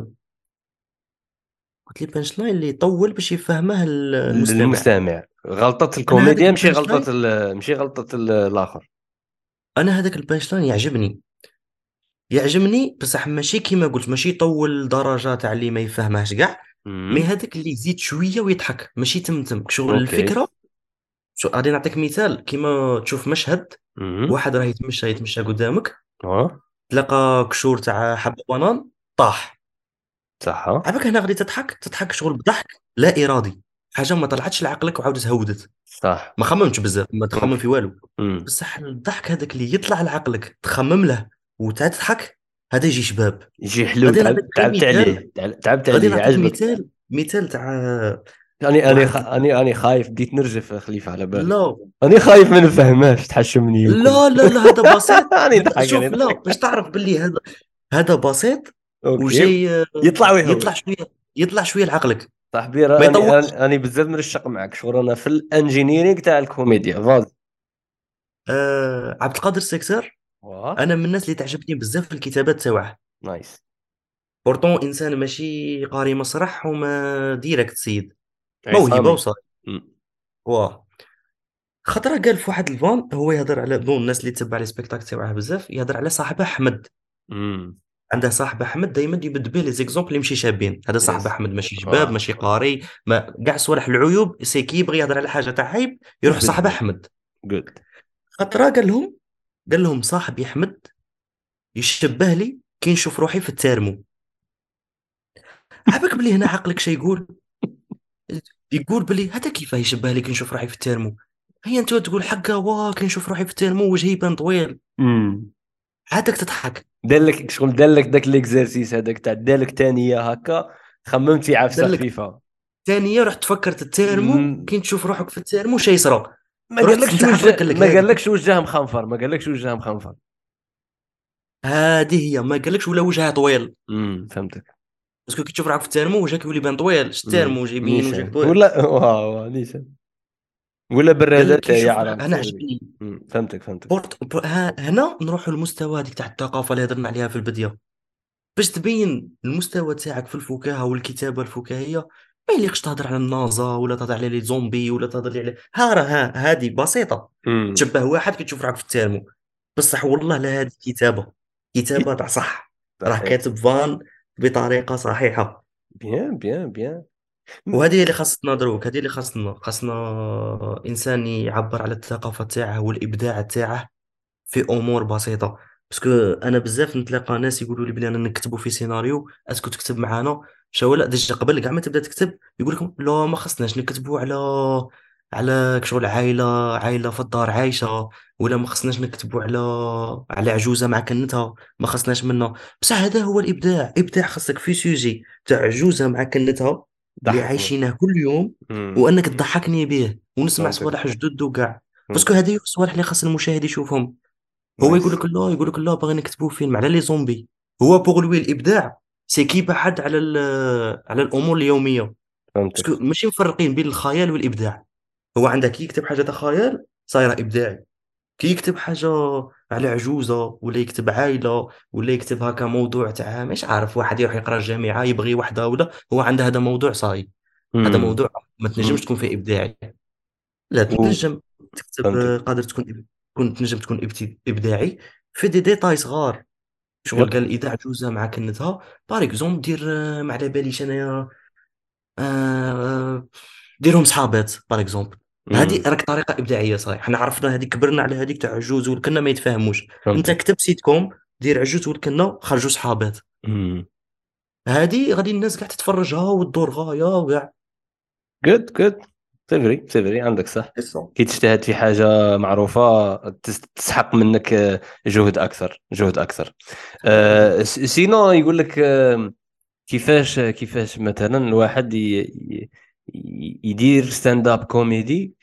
قلت لي بانش لاين اللي يطول باش يفهمه المستمع. المستمع غلطة انا هذاك الكوميديا، البانش لاين مشي غلطة الآخر. انا هذاك البانش لاين يعجبني بصح ماشي كيما قلت، ماشي يطول درجة تاع اللي ما يفهمهاش كاع. مي امم. هذاك اللي يزيد شوية ويضحك ماشي تمتم شغل اوكي. الفكرة. غادي نعطيك مثال، كيما تشوف مشهد امم. واحد راه يتمشى قدامك، اه. تلقى كشور تاع حبة بنان طاح. صح. اه. عباك هنا غادي تضحك شغل بضحك لا ارادي، حاجه ما طلعتش لعقلك وعاودت هودت. صح. ما خممتش بزاف، ما تخمم اوكي. في والو. امم. بصح الضحك هذاك اللي يطلع لعقلك تخمم له وتعاد تضحك، هذا يجي شباب. يجي حلو، غادي نعطيك غير تعبت مثال، عليه، تعبت عليه، عجبك. مثال تاع أنا واحد. أنا خايف، بديت نرجف خليفة على بالك. لا أنا خايف ما نفهمهاش، تحشمني وكل. لا لا لا، هذا بسيط. أنا نضحك، أنا شوف لا نضحك. باش تعرف باللي هذا بسيط. أوكي. وجاي يطلع يطلع ويهوش. شويه يطلع شويه لعقلك. صاحبي ما يطولش. أنا بزاف نرشق معك، شغل أنا في الانجينيرينغ تاع الكوميديا فاز. عبد القادر السكسر، واه. انا من الناس اللي تعجبني بزاف الكتابات تاعه. نايس. بورتون انسان ماشي قاري مسرح وما ديريكت سيد، موهبه عصامي. وصافي. مم. واه. خطره قال في واحد الفان هو يهضر على بون الناس اللي تتبع لي سبيكتاكل تاعه بزاف، يهضر على صاحبه احمد. مم. عنده صاحب احمد دائما يبد به لي زيكزومبل اللي ماشي شابين. هذا صاحب يس. احمد ماشي شباب واه. ماشي قاري، ما كاع صوالح العيوب سي كي يبغي يهضر على حاجه تاع عيب يروح يجبد صاحب به. احمد. جود. خطره قال لهم صاحبي احمد يشبه لي كي نشوف روحي في التارمو. عباك بلي هنا عقلك شي يقول بلي هذا كيفاه يشبه لي كي نشوف روحي في الترمو. هي انت تقول حقا واه كي نشوف روحي في الترمو وجهي يبان طويل، مم. عادك تضحك. دالك شغل، دالك داك ليكزارسيس هذاك تاع دالك ثانية هكا، خممت في عفسة دار لك خفيفة. ثانيه رحت فكرت الترمو مم. كي تشوف روحك في الترمو شي يصرى. ما رحت قالكش انت عقلك وجه، قال لك ما هذه قالكش وجهه مخنفر، ما قالكش وجهه مخنفر. هذه هي ما قالكش ولا وجهها طويل. فهمتك. باسكو كي تشوف روحك في الترمو وجهك يولي بان طويل، الترمو جايبين وجهك نيشان طويل. ولا نيشان، ولا قال لك برادات كي هي نشوف على انا تصويري. عجبني. فهمتك. هنا نروحوا للمستوى هذيك تاع الثقافه اللي هضرنا عليها في البدايه. باش تبين المستوى تاعك في الفكاهه والكتابه الفكاهيه، ما يليقش تهضر على النازا ولا تهضر على لي زومبي ولا تهضر لي على ها راه هذه بسيطه. امم. تشبه واحد كتشوف راك في الترمو، بصح والله لا هذه كتابه. كتابة تاع صح، راه صحيح. كاتب فان بطريقة صحيحة. بيان بيان بيان. وهذه هي اللي خاصنا دروك، هذه اللي خاصنا إنسان يعبر على الثقافة تاعه والإبداع تاعه في امور بسيطه. باسكو انا بزاف نتلاقى ناس يقولوا لي بلي انا نكتبوا في سيناريو، اسكو تكتب معانا؟ شو لا ديجا قبل كاع ما تبدا تكتب يقول لكم لا ما خصناش نكتبوا على كشغل عائله في الدار عايشه، ولا ما خصناش نكتبوا على عجوزه مع كنتها، ما خصناش منه. بصح هذا هو الابداع، ابداع خاصك في سوجي تاع عجوزه مع كنتها اللي ضحكني. عايشينه كل يوم، امم. وانك تضحكني به ونسمع فهمتك. صوالح جدد وكاع. باسكو فهمتك. هذه الصوالح اللي خاص المشاهد يشوفهم. هو نايس. يقول لك لا باغي نكتبوا فيلم على لي زومبي. هو بوغ لوي الابداع سي كي بعد على الامور اليوميه. فهمتك. باسكو ماشي مفرقين بين الخيال والابداع. هو عندك كي يكتب حاجه تاع خيال صايره ابداعي، كي يكتب حاجه على عجوزه، ولا يكتب عائله، ولا يكتب هكا موضوع تاع مش عارف واحد يروح يقرا الجامعه يبغي واحده، ولا هو عنده هذا موضوع صايب. هذا امم. موضوع ما تنجمش تكون فيه ابداعي. لا تنجم تكتب، فهمتك. قادر تنجم تكون ابداعي في دي ديتاي صغار. شغل يب. قال اذا عجوزه مع كنتها باغ اكزومبل دير ما على باليش انايا، آه، ديرهم صحابات باغ اكزومبل. هذه امم. راك طريقه ابداعيه صحيح، حنا عرفنا هذه كبرنا على هذيك تاع عجوز والكنا ما يتفاهموش. انت فهمتك. كتب سيت كوم دير عجوز والكنا خرجوا صحابات، امم. هذه غادي الناس قاع تتفرجها وتدور غايه وكاع. جود جود. سيفري عندك صح. كي تجتهد في حاجة معروفة تسحق منك جهد أكثر، جهد أكثر. سينو يقول لك كيفاش مثلا الواحد يدير ستاند اب كوميدي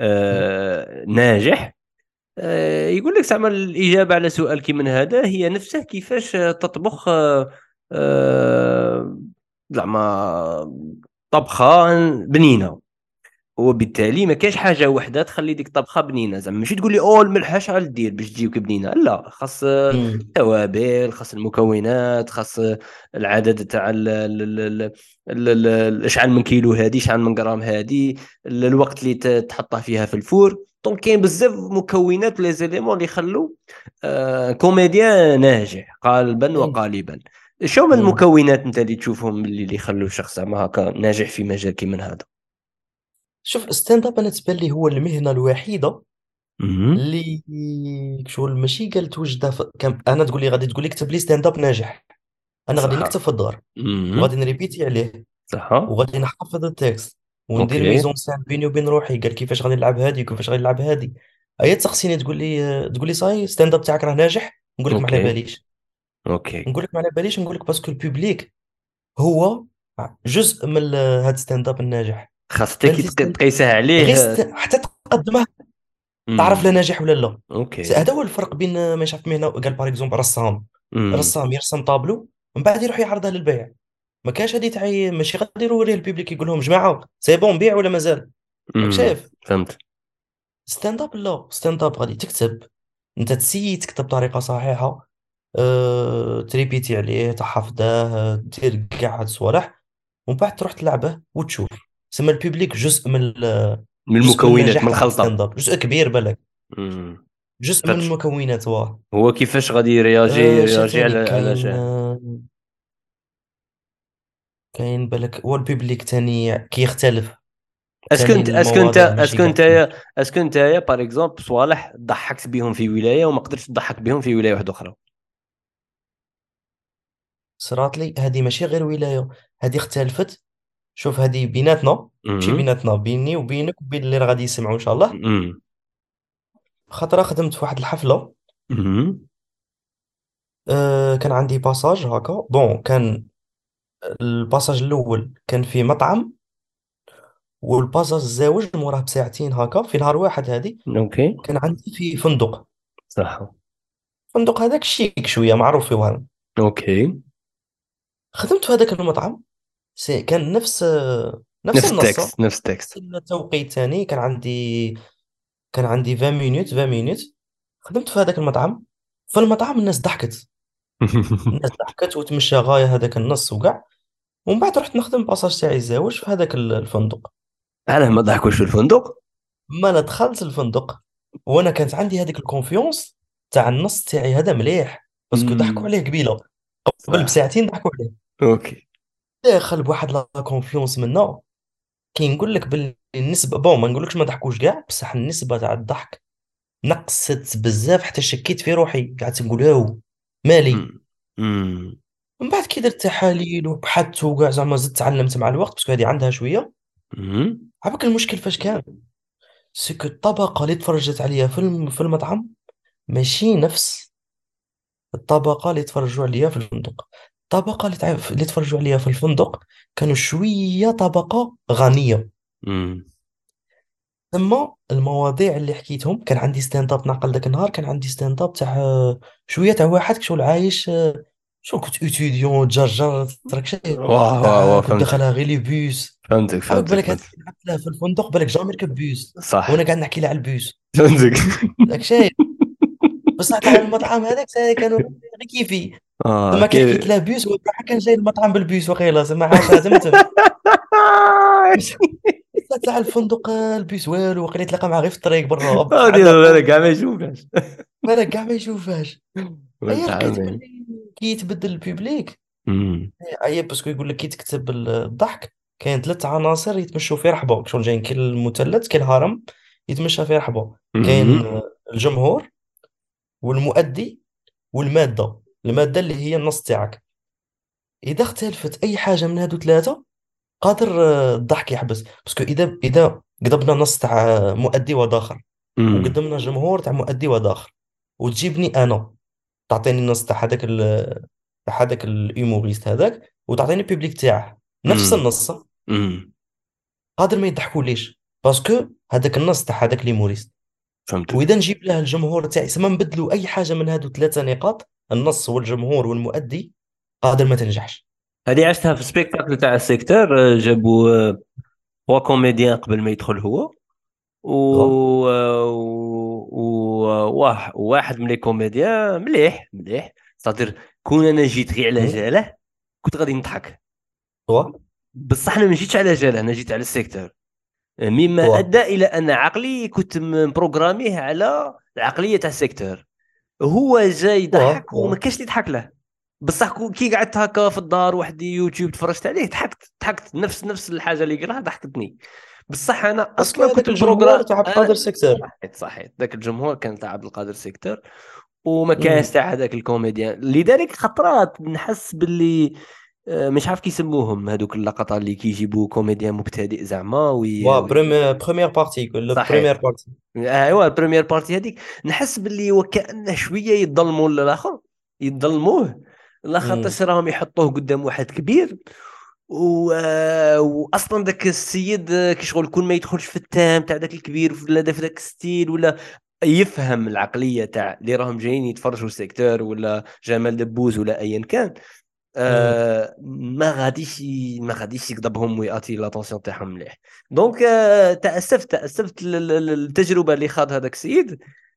ناجح. يقول لك تعمل الإجابة على سؤال كي من هذا هي نفسه كيفاش تطبخ آه، زعما طبخة بنينة. وبالتالي ما كاينش حاجه واحده تخلي ديك الطبخه بنينه، زعما ماشي تقول لي او الملح شحال دير باش تجيك بنينه، لا، خاص توابل، خاص المكونات، خاص العدد تاع شحال من كيلو هادي، شحال من غرام هادي، الوقت اللي تحطها فيها في الفور. دونك كاين بزاف مكونات لي زيليمون اللي يخلوا كوميديان ناجح قالبا وقالبا. شو من المكونات انت اللي تشوفهم اللي يخلوا الشخص زعما هكا ناجح في مجال كيما هذا؟ شوف ستاند اب انا تبان لي هو المهنه الوحيده مهم. اللي شغل ماشي قال توجد انا تقول لي غادي تقول لي كتب لي ستاند اب ناجح، انا غادي صح. نكتب في الدار مهم. وغادي نريبيتي عليه صح. وغادي نحفظ التكست وندير اوكي. ميزون سان بيني وبين روحي، قال كيفاش غادي نلعب هادي وكيفاش غادي نلعب هادي. ايا تسقسيني تقول لي صاي ستاند اب تاعك راه ناجح، نقول لك ما على اوكي. باليش. اوكي. نقول لك ما على باليش، نقول لك باسكو البوبليك هو جزء من هذا ستاند اب الناجح. خاص فانت تقيسها غير عليه. حتى تقدمه تعرف لا امم. ناجح ولا لا. اوكي. هذا هو الفرق بين ما شاف مهنه، قال باغ اكزومبل رسام، امم. رسام يرسم طابلو من بعد يروح يعرضها للبيع. ما كاش هذه تاعي ماشي غادي يوريه البيبليك يقول لهم جماعه سي بون بيع ولا مازال. راك شايف فهمت. ستاند اب لا، ستاند اب غادي تكتب، انت تسيي تكتب بطريقه صحيحه، أه... تريبيتي عليه تحفظه دير كاع هاد الصوالح، ومن بعد تروح تلعبه وتشوف. سما البيبليك جزء من من جزء من المكونات، النجاح من تاع الخلطة. الستاند اب، جزء كبير بالك، امم. جزء من تاتش. المكونات واه. هو كيفاش غادي يرياجي يرياجي شاتاني على كاين شيء. كاين بالك هو البيبليك تاني كيختلف، اسكو تاني انت اسكو انت المواضيع ماشي اسكو كاع انت كيف. اسكو انت بار اكزومبل صوالح ضحكت بهم في ولايه وما قدرتش تضحك بهم في ولايه واحده اخرى؟ صرات لي هذه ماشي غير ولاية، هذه اختلفت. شوف هذه بيناتنا، ماشي امم. بيناتنا، بيني وبينك وبين اللي راه غادي يسمعوا ان شاء الله. امم. خاطر خدمت في واحد الحفلة، امم. كان عندي باساج هكا بون، كان الباساج الاول كان في مطعم، والباساج الزاوج موراه بساعتين هكا في نهار واحد هذه اوكي. كان عندي في فندق. صح. فندق هذاك شيك شوية معروف في وهران. اوكي. خدمت في هذاك المطعم، كان نفس نفس النصة، التكست، نفس نفس التكست. التوقيت ثاني، كان عندي 20 مينوت 20 مينوت. خدمت في هذاك المطعم، في المطعم الناس ضحكت، الناس ضحكت وتمشى غاية هذاك النص وكاع. ومن بعد رحت نخدم باساج تاعي الزاوج في هذاك الفندق. علاه ما ضحكوش في الفندق؟ ما انا دخلت الفندق وانا كانت عندي هذيك الكونفيونس تاع النص تاعي هذا مليح، باسكو ضحكوا عليه قبيله، قبل صح. بساعتين ضحكوا عليه. اوكي. داخل بواحد لا كونفيونس منا. كي نقول لك بالنسبه بون ما نقولكش ما ضحكوش كاع، بصح النسبه تاع الضحك نقصت بزاف حتى شكيت في روحي، قعدت نقول هاو مالي. مم. مم. من بعد كي درت تحاليل وبحثت وكاع زعما زدت تعلمت مع الوقت، باسكو هذه عندها شويه. مم. عباك المشكل فاش كان؟ سكو الطبقه اللي تفرجت عليا في المطعم ماشي نفس الطبقه اللي تفرجوا عليا في الفندق. الطبقه اللي تفرجوا عليا في الفندق كانوا شويه طبقه غنيه. مم. ثم المواضيع اللي حكيتهم، كان عندي ستاند اب نعقل ذاك النهار، كان عندي ستاند اب تاع شويه تاع واحد كشغل عايش شو كنت اتيديون جرجر تراك شايف، واه واه تاع واه، كنت فهمتك. دخلها غير لي بيس. فهمتك عباك فهمتك بالك هذاك فهمتك. اللي عرفت له في الفندق بالك جامي ركب بيس، وانا صح. قاعد نحكي له على البيس. فهمتك. راك شايف؟ بصح تاع المطعم هذاك كانوا غير كيفي. اه ثم كي كيف. حكيت له بيس هو راح كان جاي المطعم بالبيس وقيلا سما عاشها تمتم. بس بس تاع الفندق البيس والو، وقيلا يتلاقى معاه غير في الطريق برا هادي عندها بالك بوم. كاع ما يشوفهاش. بالك كاع ما يشوفهاش. اي ولد لقيت عمي. باللي كي يتبدل البيبليك. مم. اي باسكو يقول لك كي تكتب الضحك كاين ثلاث عناصر يتمشوا في رحبه، شغل جايين كاين المثلث كاين الهرم يتمشى في رحبه. كاين مم. الجمهور والمؤدي والماده، الماده اللي هي النص تاعك. اذا اختلفت اي حاجه من هادو ثلاثه قادر الضحك يحبس. باسكو اذا قضبنا نص تاع مؤدي وداخر، مم. وقدمنا جمهور تاع مؤدي وداخر، وتجيبني انا تعطيني النص تاع هذاك الهيوموريست هذاك، وتعطيني البيبليك تاعه نفس مم. النص، مم. قادر ما يضحكوليش باسكو هذاك النص تاع هذاك الهيوموريست. فهمتك. واذا نجيب له الجمهور تاعي سما نبدلوا اي حاجه من هادو ثلاثه نقاط، النص والجمهور والمؤدي، قادر ما تنجحش. هذه عشتها في سبيكتاكل تاع السيكتور. جابوا هو كوميديان قبل ما يدخل هو، و واحد من لي كوميديان مليح مليح صادر. كون انا جيت غير على أمم. جاله كنت غادي نضحك. هو بصح انا ما جيتش على جاله، انا جيت على السيكتور. مما هو ادى الى ان عقلي كنت مبروغراميه على العقليه تاع السيكتور. هو جاي هو يضحك وما هو كاش اللي يضحك له. بصح كي قعدت هكا في الدار وحدي يوتيوب تفرجت عليه ضحكت نفس الحاجه اللي قالها ضحكتني. بصح انا باسكو اصلا كنت هذاك الجمهور مبروغرام. تاع عبد القادر انا سكتر. صحيت ذاك الجمهور كان تاع عبد القادر سيكتور، وما كانش امم. تاع هذاك الكوميديان. لذلك خطرات نحس باللي مش عارف كيسموهم هذوك اللقطات اللي كيجيبوا كوميديان مبتدئ زعما وا بريمير بارتي ولا بريمير صحيت. بارتي. ايوا البريمير بارتي هذيك نحس باللي وكانه شويه يظلموا الاخر، يظلموه امم. لخاطرش راهم يحطوه قدام واحد كبير. واصلا ذاك السيد كشغل كل ما يدخلش في التام تاع ذاك الكبير ولا في ذاك ستيل ولا يفهم العقليه تاع اللي راهم جايين يتفرجوا السيكتور ولا جمال دبوز ولا ايا كان. ما غاديش يقضبهم ويعطي لاتونسيون تاعهم مليح. دونك تاسفت التجربه اللي خاض هذاك السيد.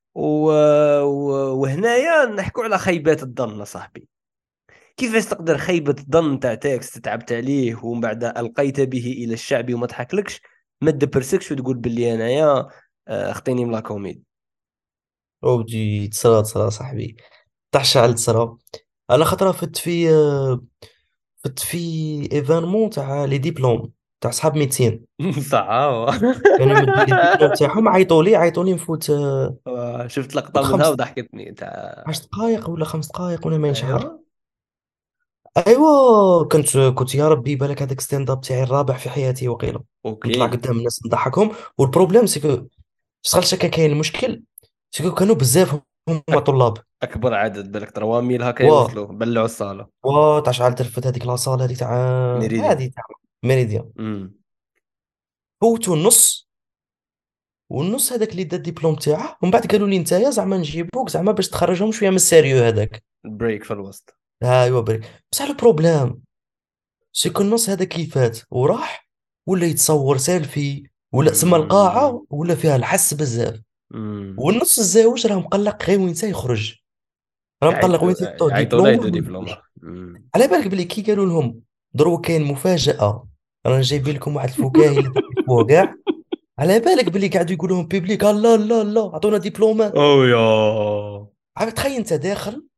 وهنايا نحكوا على خيبات الظن صاحبي. كيفاش تقدر خيبة الظن تاع تكست تعبت عليه ومن بعد ألقيت به إلى الشعب وما ضحكلكش، ما تدبرسكش وتقول باللي أنايا خطيني من لا كوميدي. ودي تصرا صاحبي، طاح على تصرا. انا خطره فت في ايفينمون تاع لي ديبلوم تاع صحاب ميديسين. صعب. كانوا يمدوا لي الدبلوم تاعهم، عيطوا لي نفوت شفت لقطة فوت منها خمس وضحكتني تاع. 10 دقائق ولا 5 دقائق ولا ما شهر. ايوه. ايوا كنت يا ربي بالك هذاك ستاند اب تاعي الرابع في حياتي وقيلا. نطلع اوكي. قدام الناس نضحكهم. والبروبليم سيكو شغل شكا كاين المشكل، سيكو كانوا بزاف هما طلاب. اكبر عدد بالك 3000 هكا وا يوصلوا بلعوا الصالة. تاع شعل تلفت هذيك لاصال هذيك تاع ميريديان. هذه تاع ميريديان. امم. فوتوا النص، والنص هذاك اللي دا الدبلوم تاعه، ومن بعد قالوا لي نتايا زعما نجيبوك زعما باش تخرجهم شويه من السيريو هذاك. البريك في الوسط. ايوا برك، بصح البروبليم سيكو النص هذا كي فات وراح، ولا يتصور سيلفي، ولا سما امم. القاعه ولا فيها الحس بزاف. امم. والنص الزاوج راه مقلق غير وين يخرج، راه مقلق وين يعطوه يعيطوا له ديبلوم يدوا ولا ما دبلومة. يدوش. على بالك بلي كي قالوا لهم دروك كاين مفاجأة، رانا جايبين لكم واحد الفكاهي اللي تعرفوه كاع، على بالك بلي قاعدوا يقولوا لهم بيبليك لا لا لا عطونا ديبلومات. اوه يا. عاد تخيل انت داخل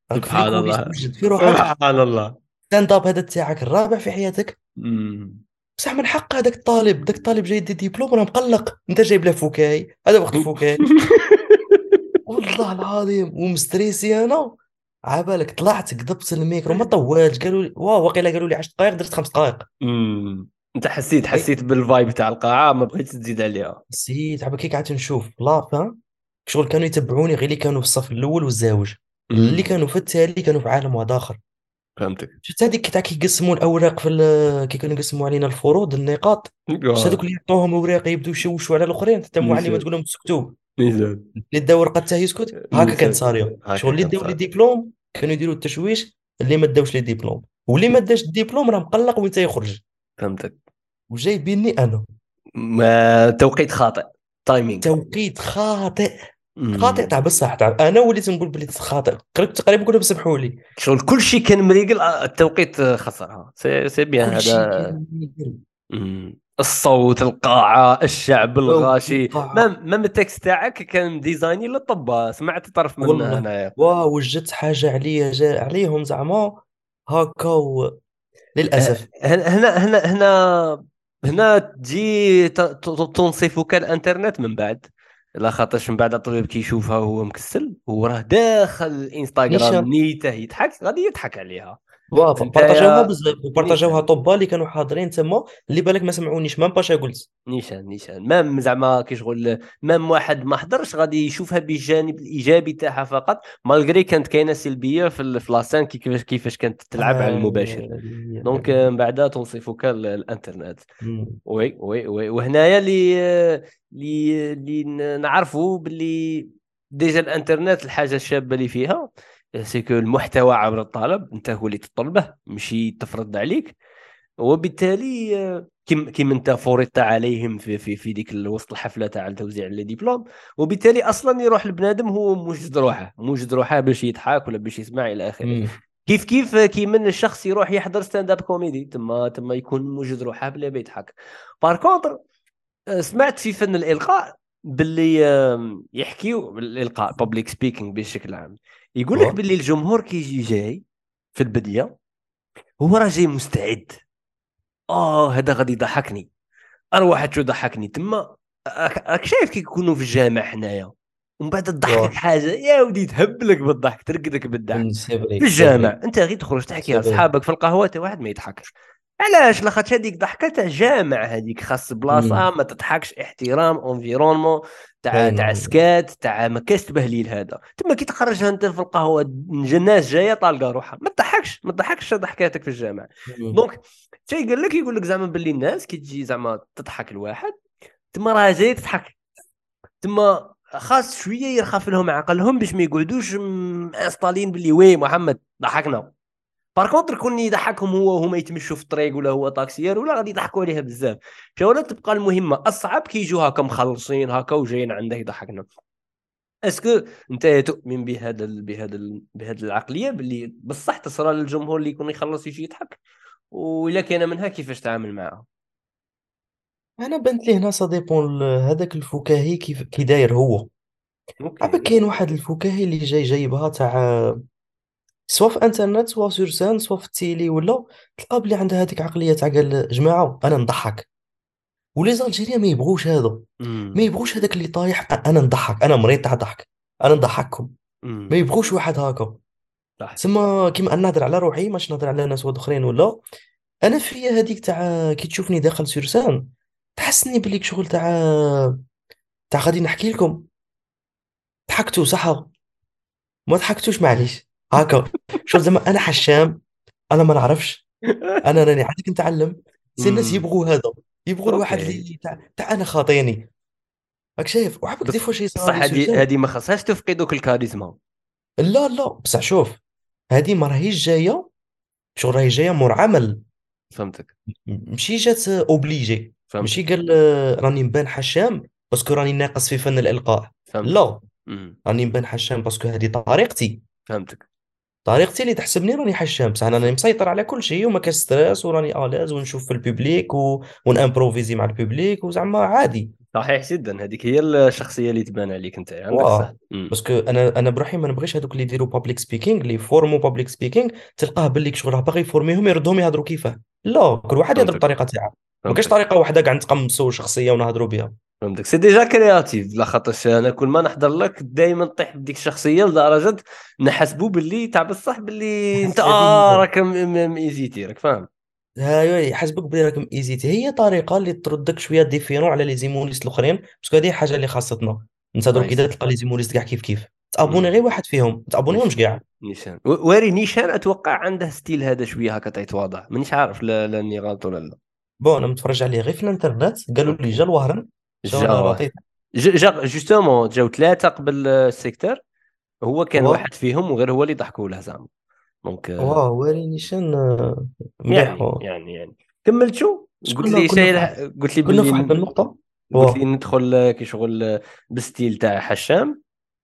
راك في سبحان ليكوليس الله. توجد في روحك. سبحان الله. ستاند اب هذا تاعك الرابع في حياتك. أمم. بصح من حق هذاك الطالب، داك الطالب جاي يدي ديبلوم راه مقلق، انت جايب له فكاهي، هذا وقت الفكاهي. والله العظيم ومستريسي انا. عبالك طلعت كذبت الميكرو ما طولتش، قالوا لي واو واقيلا قالوا لي 10 دقائق درت 5 دقائق. انت حسيت أي، بالفايب تاع القاعه، ما بغيتش تزيد عليها. نسيت عبا كي قعدت نشوف لا فاهم. شغل كانوا يتبعوني غير اللي كانوا في الصف الاول والزاوج، اللي أمم. كانوا في التالي كانوا في عالم واحد اخر. فهمتك. شفت هذيك تاع كي يقسموا الاوراق في كي كانوا يقسموا علينا الفروض النقاط. شفت هذوك اللي يعطوهم اوراق يبداو يشوشوا على الاخرين حتى المعلمه نيشان. تقول لهم تسكتوا. نيشان. اللي دا ورقه حتى يسكت، هكا كانت نيشان. صاريه. هكا شغل اللي كان داو لي صار. ديبلوم كانوا يديروا التشويش، اللي ما داوش لي ديبلوم، واللي ما داش الدبلوم راه مقلق وانت يخرج. فهمتك. وجايبيني انا. ما توقيت خاطئ. تايمينغ. توقيت خاطئ. خاطئ أمم. تاع بصح تاع انا وليت نقول بلي خاطئ، قريب تقريبا كلهم سمحوا لي. شغل كل شيء كان مريقل، التوقيت خسرها. سي بيان كل شيء هذا. كان يدير. الصوت، القاعة، الشعب صوت الغاشي، القاعه. ما التكست تاعك كان ديزايني للطبة، سمعت طرف من والله هنايا. واو وجدت حاجه عليا جا عليهم زعما هكا للاسف. هنا تجي تنصفك الانترنت من بعد. لا خاطرش من بعد الطبيب كي يشوفها وهو مكسل وراه داخل الانستغرام نيشان نيته يضحك، غادي يضحك عليها. بابا انت بارطاجاوها يا بزاف وبارطاجاوها نيشان. طوبا اللي كانوا حاضرين تما، اللي بالك ما سمعونيش مام باشا قلت. نيشان مام زعما كي شغل مام واحد ما حضرش غادي يشوفها بالجانب الايجابي تاعها فقط، مالغري كانت كاينه سلبيه في لاسان كيفاش كانت تلعب على المباشر. دونك من بعدها تنصفك الانترنت. مم. وي وهنايا اللي نعرفوا باللي ديجا الانترنت الحاجه الشابه اللي فيها سيكو المحتوى عبر الطلب، انت هو اللي تطلبه ماشي تفرض عليك. وبالتالي كيما انت فرضت عليهم في ديك وسط الحفله تاع توزيع الدبلوم. وبالتالي اصلا يروح البنادم هو موجد روحه باش يضحك ولا باش يسمع الى اخره. مم. كيف كيما الشخص يروح يحضر ستاند اب كوميدي، تما يكون موجد روحه بلا ما يضحك. بار كونتر سمعت في فن الالقاء باللي يحكيو الالقاء بابليك سبيكينج بشكل عام، يقول لك و باللي الجمهور كي يجي جاي في البدايه هو راه جاي مستعد. هذا غادي يضحكني، اروح شو ضحكني تما. راك شايف كي يكونوا في الجامع حنايا ومن بعد تضحكك و حاجه يا ودي تهبلك بالضحك ترقدك بالضحك. سي في فري الجامع انت غير تخرج تحكي سي فري. لاصحابك في القهوه حتى واحد ما يضحك. علاش؟ لاخاطش هذيك ضحكه تاع جامع، هذيك خاص بلاصه مم. ما تضحكش، احترام انفيرونمون اي تاع نعم. سكات تاع ما كاش تبهليل. هذا تما كي تخرجها انت في القهوه الناس جايه طالقه روحها، ما تضحكش ضحكاتك في الجامع. مم. دونك شي يقول لك زعما باللي الناس كي تجي زعما تضحك الواحد تما راه جاي تضحك، تما خاص شويه يرخف لهم عقلهم باش ما يقعدوش انستالين باللي وي محمد ضحكنا. بار كونتر كون يضحكهم هو وهما يتمشوا في الطريق ولا هو طاكسيير ولا غادي يضحكوا عليها بزاف. ولا تبقى المهمه اصعب كي يجوا هكا مخلصين هكا وجايين عنده يضحكنا. اسكو انت تؤمن بهذا العقليه باللي بصح تصرى للجمهور اللي يكون يخلص يجي يضحك؟ وإلا كان منها كيفاش تعامل معها؟ انا بنت لي هنا سا ديبون هذاك الفكاهي كيف كي داير هو. عبا اوكي. كاين واحد الفكاهي اللي جايبها تاع سوا في انترنت سوا سور سان سوا في التيلي ولا، تلقى بلي عندها هذيك عقليه تاع قال جماعه انا نضحك. ولي زالجيريا ما يبغوش هذا، ما امم. يبغوش هذاك اللي طايح انا نضحك انا مريض تاع ضحك انا نضحككم. ما امم. يبغوش واحد هكا. صح. تسمى كيما انا نهضر على روحي ماش نهضر على ناس واحد اخرين ولا. انا فيا هذيك تاع كي تشوفني داخل سورسان تحسني بليك شغل تاع غادي نحكي لكم. ضحكتوا صح، ما ضحكتوش معليش هكا. شغل زعما انا حشام، انا ما نعرفش، انا راني عادي نتعلم. سي الناس امم. يبغوا هذا، يبغوا الواحد اوكي. اللي تاع انا خاطيني. راك شايف وعبك دي بس فوا شي صرالي بصح سورسان. هذه ما خصهاش تفقدوك الكاريزما. لا لا بصح شوف، هذه ما راهيش جايه، شغل راهي جايه مور عمل. فهمتك. ماشي جات اوبليجي. ماشي فهمتك. قال راني نبان حشام باسكو راني ناقص في فن الالقاء. فهمتك. لا، امم. راني نبان حشام باسكو هذه طريقتي. فهمتك. طريقتي اللي تحسبني راني حشام، بصح انا راني مسيطر على كل شيء وما كاش ستريس وراني الاز ونشوف في الببليك ونامبروفيزي مع الببليك وزعما عادي. صحيح جدا، هذيك هي الشخصيه اللي تبان عليك انت، عندك صح. واه. باسكو انا بروحي ما نبغيش هذوك اللي يديروا بابليك سبيكينغ، اللي يفورموا بابليك سبيكينغ، تلقاه باللي شغل راه باغي يفورميهم يردهم يهضروا كيفاه. لا، كل واحد يهضر فهمتك بالطريقه تاعه. ما كاينش فهمتك طريقه واحده كاع نتقمصوا شخصيه ونهضروا بها. فهمتك. سي ديجا كرياتيف، لا خاطرش انا كل ما نحضر لك دائما طيح بديك الشخصيه لدرجه نحسبوا باللي تاع بصح باللي انت هذه هي. راك ميزيتي، راك فاهم. هاي يحسبك بلي راكم ايزيتي، هي طريقه اللي تردك شويه ديفيرون على لي زيمونيست الاخرين، باسكو هذه حاجه اللي خاصتنا. انت دروك نايس. اذا تلقى لي زيمونيست كاع كيف كيف، تابوني مم. غير واحد فيهم، ما تابونيهمش نيشان. كاع. نيشان واري نيشان اتوقع عنده ستيل هذا شويه هكا تيتواضع، مانيش عارف لاني غلط ولا لا. بون انا متفرج عليه غير في الانترنت، قالوا لي اوكي. جا الوهران. جا وانا جا راطيت. جا جوستومون جاو ثلاثه قبل السيكتور، هو كان واه. واحد فيهم وغير هو اللي ضحكوا له زعما. دونك واه واري نيشان مليح يعني كملت شو اش قلت لي كنا شيء، في واحد، قلت لي كنا باللي في واحد النقطه. قلت لي واه. ندخل كي شغل بالستيل تاع حشام.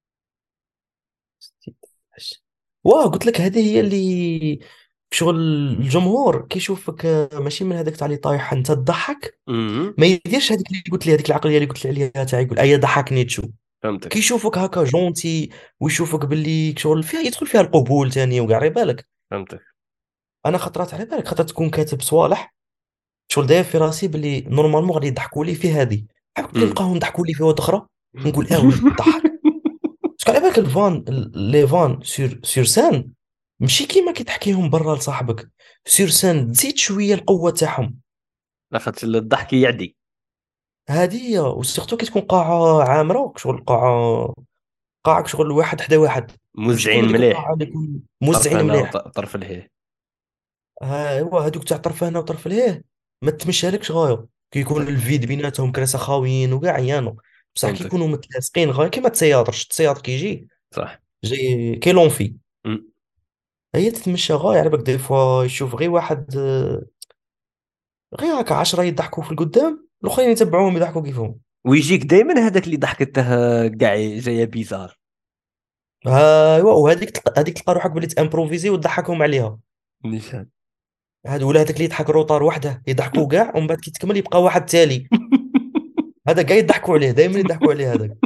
واه قلت لك هذه هي اللي شغل الجمهور كيشوفك ماشي من هذاك تاع اللي طايح انت تضحك. امم ما يديرش هذيك اللي قلت لي، هذيك العقليه اللي قلت لي عليها تاع يقول ايا ضحكني تشوف. فهمتك كيشوفك هكا جونتي ويشوفك باللي شغل فيها يدخل فيها القبول ثاني وكاع على بالك. فهمتك انا خطرات على بالك خاطر تكون كاتب صوالح شغل داير في راسي باللي نورمالمون غادي يضحكوا لي في هذه، عرفت اللي امم نلقاهم يضحكوا لي في واحده اخرى، نقول اه وي ضحك. باسكو على بالك الفان، لي فان سور سان ماشي كيما كي تحكيهم برا لصاحبك، سور سان تزيد شويه القوه تاعهم. لاخاطش الضحك يعدي. هذه هي، وسيرتو كي تكون قاعه عامره شغل قاعه شغل واحد حدا واحد، ماشي موزعين كيما ديك مليح، القاعه اللي يكون طرف موزعين هنا مليح. وطرف الهيه. ها هو هذوك تاع طرف هنا وطرف لهيه، ما تمشيهالكش غايه كي يكون الفيد بيناتهم كراسه خاويين وكاع عيانو. بصح كي فهمتك يكونوا متلاصقين غايه كيما التياتر، شفت التياتر كي يجي صح. جاي كي لونفي، مم. هي تتمشى غايه على بالك دي فوا يشوف غير واحد غير هكا 10 يضحكوا في القدام الاخرين يتبعوهم يضحكوا كيفهم. ويجيك دائما هذاك اللي ضحكته كاع جايه بيزار. ها ايوا، وهذيك هذيك تلقى روحك بلي تامبروفيزي وتضحكهم عليها. نيشان. هذا ولا هذاك اللي يضحك روطار وحده يضحكوا كاع ومن بعد كي تكمل يبقى واحد تالي، هذا كاع يضحكوا عليه دائما يضحكوا عليه هذاك.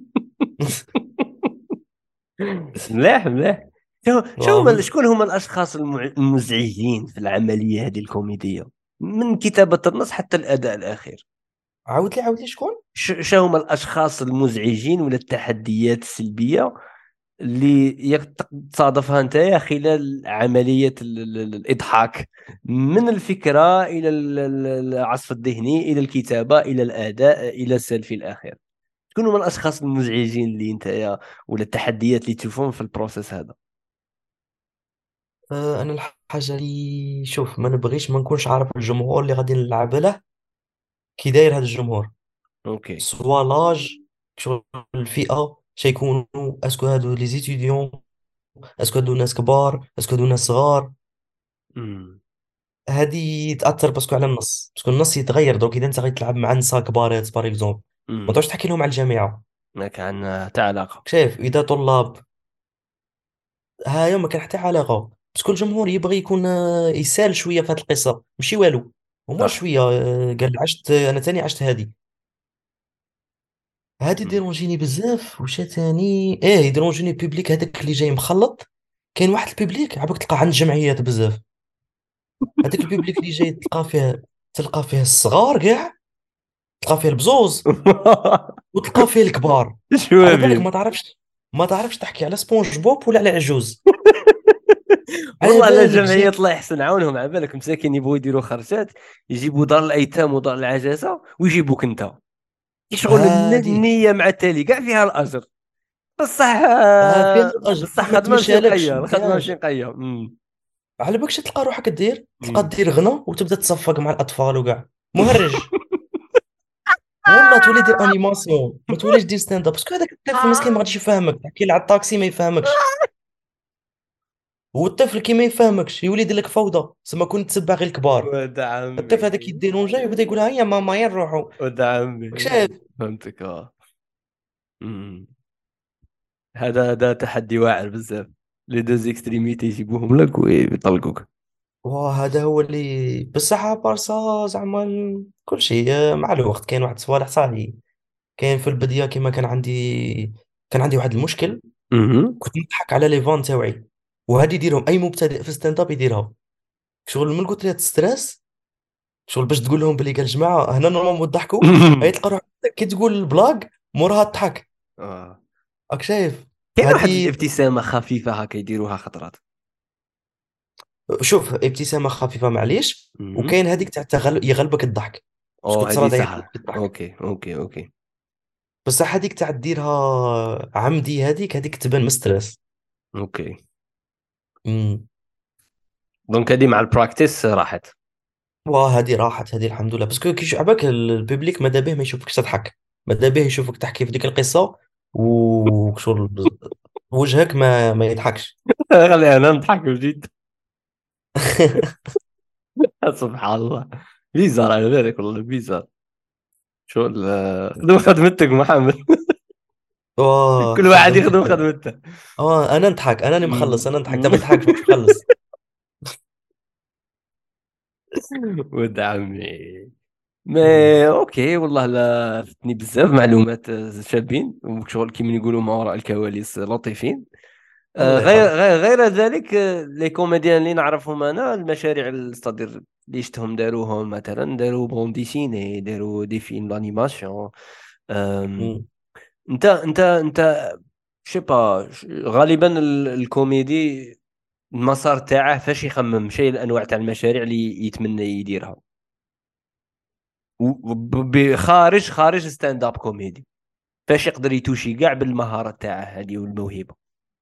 ملاح ملاح. شو واه. هما شكون هما الاشخاص المزعجين في العمليه هذه الكوميديه، من كتابه النص حتى الاداء الاخير؟ عاود لي شكون. شو هما الاشخاص المزعجين ولا التحديات السلبيه اللي تصادفها انت خلال عمليه الاضحاك، من الفكره الى العصف الذهني الى الكتابه الى الاداء الى السلفي الاخير؟ شكون هما الاشخاص المزعجين اللي انت ولا التحديات اللي تشوفهم في البروسيس هذا؟ انا الحاجه اللي شوف ما نبغيش ما نكونش عارف الجمهور اللي غادي نلعب له كي داير هذا الجمهور، اوكي. سوا لاج شغل الفئه شيكونوا، اسكو هادو لي زيتيديون، اسكو هادو ناس كبار، اسكو هادو ناس صغار. امم هادي تاثر باسكو على النص، باسكو النص يتغير دونك اذا انت غادي تلعب مع نساء كبارات باغ اكزومبل ما امم تقعدش تحكي لهم على الجامعه. ما كان تاع علاقه. شايف اذا طلاب هاي ما كان حتى علاقه، باسكو الجمهور يبغي يكون يسال شويه في هذه القصه ماشي والو، هما صح. شويه قال عشت انا تاني عشت هذه. هادي مم. ديرونجيني بزاف. وشا تاني يديرونجيني بيبليك هذاك اللي جاي مخلط. كاين واحد البيبليك عباك تلقى عند الجمعيات بزاف، هذاك البيبليك اللي جاي تلقى فيه الصغار كاع، تلقى فيه البزوز وتلقى فيه الكبار. شو على بالك بيه؟ ما تعرفش تحكي على سبونج بوب ولا على عجوز. على والله لا، بالك جمعية جاي. الله يحسن عونهم، على بالك مساكين يبغوا يديروا خرجات، يجيبوا دار الايتام ودار العجزة ويجيبوك انت، شغل هادي النية مع التالي كاع فيها الاجر. بصح فيها الأجر بصح ما خدمة ماشي تمشيهالكش نقية، ما الخدمة ماشي فيهاش. نقية. على بالك تلقى روحك تلقى أمم. دير غنى وتبدا تصفق مع الأطفال وكاع مهرج. والله تولي دير انيماسيون ما توليش دير ستاند اب، باسكو هذاك الطفل مسكين ما غاديش يفهمك، تحكي له على الطاكسي ما يفهمكش. هو الطفل كي ما يفهمكش يولي يدير لك فوضى، سما كنت تتبع غير الكبار. ود الطفل عمي. هذاك يديرونجا يبدا يقول ها يا ماما يا نروحوا. ود عمي. شايف. فهمتك أمم. هذا تحدي واعر بزاف، لي دوز اكستريميتي يجيبوهم لك ويطلقوك. وهذا هو اللي بصح بارسا زعما كل شيء مع الوقت كاين واحد الصوالح صاحي كاين في البدايه كيما كان عندي واحد المشكل. اها. كنت نضحك على لي فان تاوعي، وهذه يديرهم اي مبتدئ في ستاند اب يديرها. شغل من قلت لها ستريس، شغل باش تقول لهم بلي قال جماعه هنا نورمالمون تضحكوا، هي تلقى روحك كي تقول البلاغ موراها تضحك. آه. راك شايف؟ كاين واحد هذه الابتسامه خفيفه هكا يديروها خطرات. شوف ابتسامه خفيفه معليش، اها. وكاين هذيك تاع يغلبك الضحك، باسكو او هذه تصرا صح. يغلبك الضحك. اوكي اوكي اوكي. بصح هذيك تاع ديرها عمدي، هذيك تبان من ستريس. اوكي. امم دونك هذه مع البراكتس راحت. واه هذه راحت، هذه الحمد لله، باسكو كي عباك الببليك ماذا به ما يشوفكش تضحك، ماذا به يشوفك تحكي في ديك القصه وشغل وجهك ما يضحكش. خلي انا نضحك بجد. سبحان الله. بيزار على بالك والله بيزار. شو خدم خدمتك محمد. واه كل واحد خدمتك يخدم خير. خدمته. اه انا نضحك، انا اللي مخلص، مم. انا نضحك، انت ما تضحكش مش مخلص. ود عمي. ما اوكي والله لا فتني بزاف معلومات شابين وشغل كيما يقولوا ما وراء الكواليس لطيفين. الله غير يحفظك. غير ذلك، لي كوميديان اللي نعرفهم انا المشاريع الصدير اللي شفتهم داروهم مثلا داروا بون ديسيني داروا دي فيلم دانيماسيون. مم. انت شي با غالبا الكوميدي المسار تاعه فاش يخمم شيء الانواع تاع المشاريع اللي يتمنى يديرها خارج ستاند اب كوميدي فاش يقدر يتوشي كاع بالمهارة تاعه هذه والموهبة.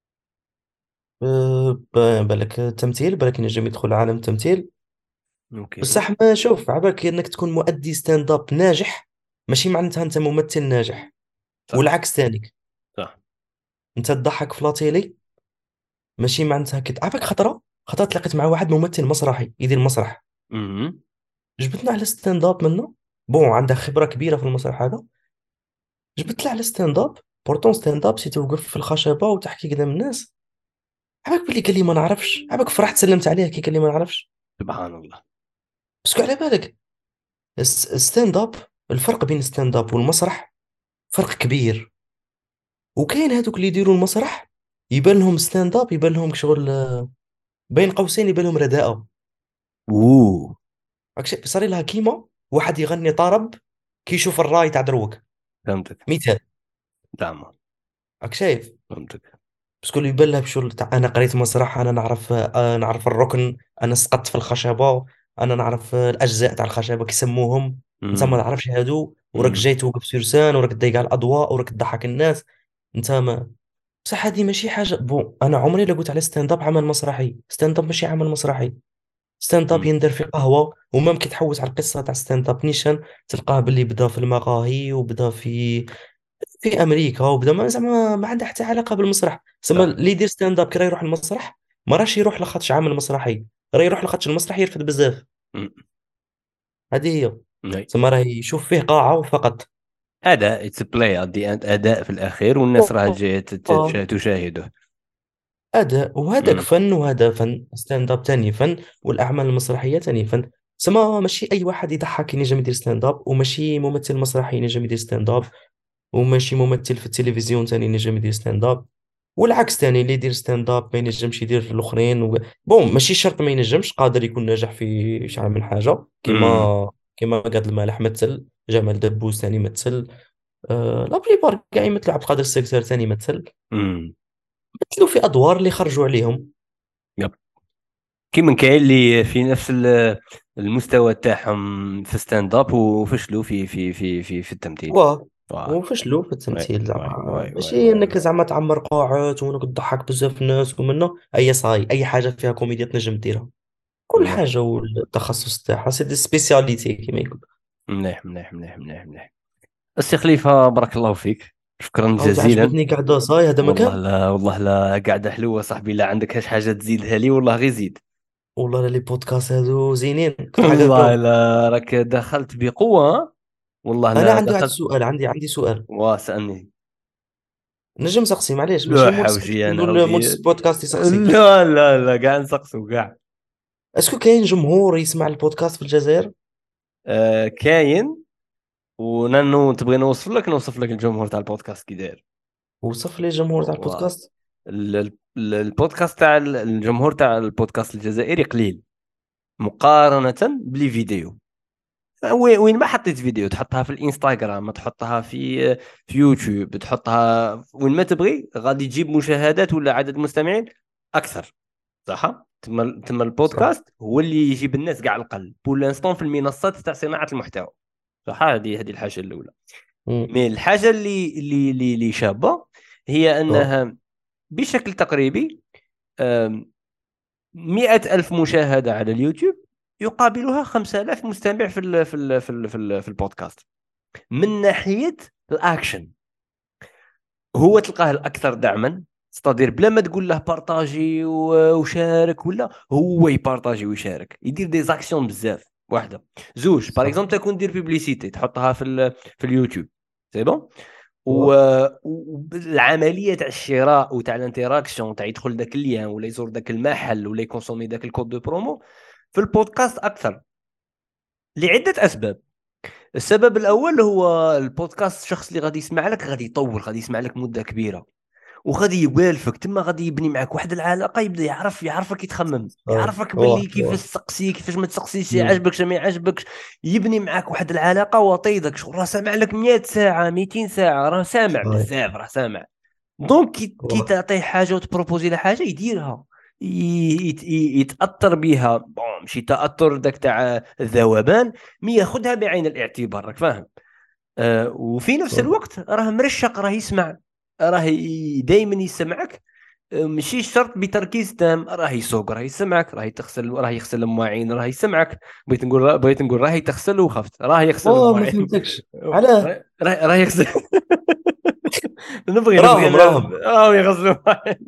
بالك تمثيل، بالك ينجم يدخل عالم التمثيل. اوكي. بصح ما شوف عباك انك تكون مؤدي ستاند اب ناجح ماشي معناتها انت ممثل ناجح، صح. والعكس تاني. صح. انت تضحك في لاتيلي ماشي معناتها عباك خطره تلاقيت مع واحد ممثل مسرحي يدير مسرح، امم. جبتنا على ستاند اب منه. بون عنده خبره كبيره في المسرح هذا، جبت له على ستاند اب. بورتون ستاند اب سي توقف في الخشبه وتحكي قدام الناس. عباك بلي قال لي ما نعرفش، عباك فرحت سلمت عليه كي قال لي ما نعرفش. سبحان الله. بس على بالك ستاند اب، الفرق بين ستاند اب والمسرح فرق كبير. وكاين هذوك اللي يديروا المسرح يبان لهم ستاند اب، يبان لهم شغل بين قوسين يبان لهم رداءة. اوه. صار لها كيما واحد يغني طرب كي يشوف الراي تاع دروك، فهمتك. مثال. دعم. راك شايف؟ فهمتك. باسكو اللي يبان له بشغل تاع انا قريت مسرح، انا نعرف نعرف الركن، انا سقطت في الخشبه، انا نعرف الاجزاء تاع الخشبه كيسموهم. انت ما امم. تعرفش هادو، وراك امم. جاي توقف سورسان وراك تضيق على الاضواء وراك تضحك الناس. انت ما بصح هذه ماشي حاجه. بون انا عمري لا قلت على ستاند اب عمل مسرحي، ستاند اب ماشي عمل مسرحي. ستاند اب امم. يندر في قهوه، وممكن تحوس على القصه تاع ستاند اب نيشان تلقاه باللي بدا في المقاهي وبدا في امريكا، وبدا ما عنده حتى علاقه بالمسرح. سما صح. اللي يدير ستاند اب كي راه يروح المسرح ما راش يروح لخاطش عامل مسرحي، راه يروح لخاطش المسرح يرفد بزاف. امم. هذه هي. أي. سما راه يشوف فيه قاعه فقط. اداء اتس بلاي ات ذا اند اداء في الاخير والناس راها جايه آه. تشاهده. أداء، وهذاك امم. فن وهذا فن. ستاند اب تاني فن، والأعمال المسرحية تاني فن. سما ماشي أي واحد يضحك ينجم يدير ستاند اب، وماشي ممثل مسرحي ينجم يدير ستاند اب، وماشي ممثل في التلفزيون تاني ينجم يدير ستاند اب، والعكس تاني اللي يدير ستاند اب ما ينجمش يدير في الاخرين بون ماشي شرط ما ينجمش، قادر يكون ناجح في شحال من حاجه، امم. كيما قاد المالح مثل، جمال دبوس ثاني مثل، لا بليبار كاع يمثلوا، عبد القادر السكسر ثاني مثل، امم. مثلوا في ادوار اللي خرجوا عليهم. يب. كيما كاين اللي في نفس المستوى تاعهم في ستاند اب وفشلوا في التمثيل. واه واي وفشلوا في واي التمثيل، واي زعما واي واي ماشي واي انك واي. زعما تعمر قاعات وانك تضحك بزاف الناس ومنه اي صاي اي حاجه فيها كوميديا تنجم ديرها، كل مليح حاجه والتخصص تاعها سي دي سبيسياليتي كيما يقول. مليح مليح مليح مليح مليح. السي خليفة بارك الله فيك. شكرا انت جزيلا. عجبتني قاعده صاي هذا والله مكان. لا والله لا قاعدة حلوة صاحبي، لا عندك هاش حاجة تزيدها لي والله غير زيد. والله لا لي بودكاست هذو زينين كنت والله حقاكم. لا راك دخلت بقوة ها؟ والله انا لا عندي واحد دخلت. السؤال، عندي سؤال. واسألني. نجم سقسي معليش لا ماشي مود سبيك حوجي انا نقول مود ودي. بودكاست يسقسي. لا قاعد نسقسو قاع. اسكو كاين جمهور يسمع البودكاست في الجزائر؟ كاين. ونانو تبغي نوصف لك الجمهور تاع البودكاست كي داير. وصف لي الجمهور تاع البودكاست. البودكاست تاع الجمهور تاع البودكاست الجزائري قليل مقارنة بلي فيديو. وين ما حطيت فيديو تحطها في الانستغرام، تحطها في يوتيوب، تحطها وين ما تبغي، غادي تجيب مشاهدات ولا عدد مستمعين اكثر. صح. تما صح. البودكاست هو اللي يجيب الناس كاع القل بور لانستون في المنصات تاع صناعة المحتوى. صح. هذه الحاجة الأولى. مم. مي الحاجة اللي شابة هي اه. أنها بشكل تقريبي 100,000 مشاهدة على اليوتيوب يقابلها 5,000 مستمع في البودكاست. من ناحية الأكشن هو تلقاه الأكثر دعما. استدير بلا ما تقول له بارطاجي وشارك، ولا هو يبارطاجي ويشارك، يدير دي زاكسيون بزاف. واحدة زوج باغ صح. اكزومبل تكون دير بيبليسيتي تحطها في اليوتيوب. سي بون. اه. والعمليه تاع الشراء وتاع الانتراكسيون تاع يدخل ذاك اللين ولا يزور ذاك المحل ولا يكونسومي ذاك الكود دو برومو في البودكاست اكثر لعده اسباب. السبب الاول هو البودكاست، الشخص اللي غادي يسمع لك غادي يطول، غادي يسمع لك مده كبيره، وغادي يوالفك تما، غادي يبني معك واحد العلاقه، يبدا يعرفك يتخمم، اه. يعرفك اه. باللي كيفاش تسقسي، كيفاش ما تسقسيش، مم. يعجبك ما يعجبكش. يبني معك واحد العلاقه وطيدك شغل، راه سامع لك 100 ساعه 200 ساعه، راه سامع صحيح. بزاف، راه سامع. دونك كي اه. تعطيه حاجه وتبروبوزي له حاجه يديرها، يتاثر بها. بون ماشي تاثر داك تاع الذوبان، مي ياخذها بعين الاعتبار، راك فاهم. وفي نفس صح. الوقت راه مرشق، راه يسمع، راه دائما يسمعك. ماشي شرط بتركيز تام، راه يسوق، راه يسمعك، راه يغسل المواعين، راه يسمعك. بغيت نقول راه تغسل وخفت، راه يغسل ما المواعين. فهمتكش. علاه؟ راه يغسل. نبغي راهم. راهم يغسلوا المواعين.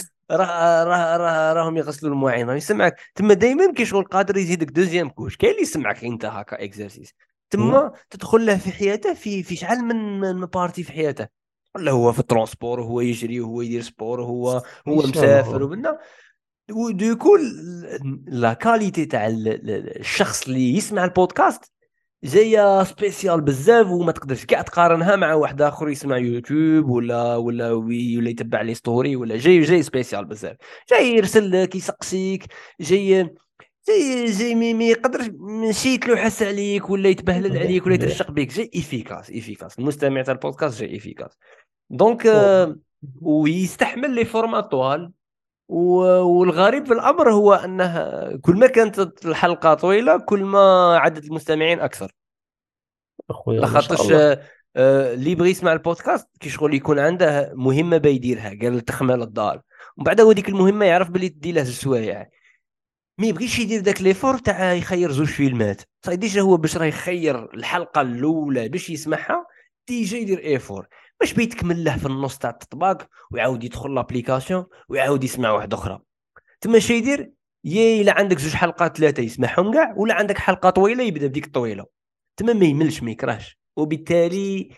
راهم يغسلوا المواعين، راه يسمعك تما دائما. كي شغل قادر يزيدك دوزيام كوش، كاين اللي يسمعك انت هكا اكزرسيس، مم. تما تدخل له في حياته، في شحال من بارتي في حياته، ولا هو في الترونسبور وهو يجري وهو يدير سبور وهو ان شاء الله. مسافر وبنا. ودوكو لا كاليتي تاع الشخص اللي يسمع البودكاست جايه سبيسيال بزاف، وما تقدرش كاع تقارنها مع واحد اخر يسمع يوتيوب ولا يتبع لي ستوري، ولا جاي سبيسيال بزاف. جاي يرسل لك يسقسيك، جاي جاي ما يقدرش ماشي يتلوحس عليك ولا يتبهلل مليح عليك ولا مليح. يترشق بك. جاي افيكاس المستمع تاع البودكاست جاي افيكاس. دونك والله. ويستحمل لي فورمات طوال. والغريب في الامر هو انه كل ما كانت الحلقه طويله كل ما عدد المستمعين اكثر. اخويا ما شاء لخاطرش الله. اللي يبغي يسمع البودكاست كي شغل يكون عنده مهمه بيديرها، قال تخمل الدار، ومن بعد هو ديك المهمه يعرف باللي تدي له السوايع. ما يبغيش يدير داك ليفور تاع يخير زوج فيلمات. صاي ديجا هو باش راه يخير الحلقه الاولى باش يسمعها، ديجا يدير ايفور باش بيتكمل له في النص تاع التطباق، ويعاود يدخل لابليكاسيون ويعاود يسمع واحده اخرى. تما شي يدير، يا الا عندك زوج حلقات ثلاثه يسمعهم كاع، ولا عندك حلقه طويله يبدا بديك الطويله. تما ما يملش ما يكرهش، وبالتالي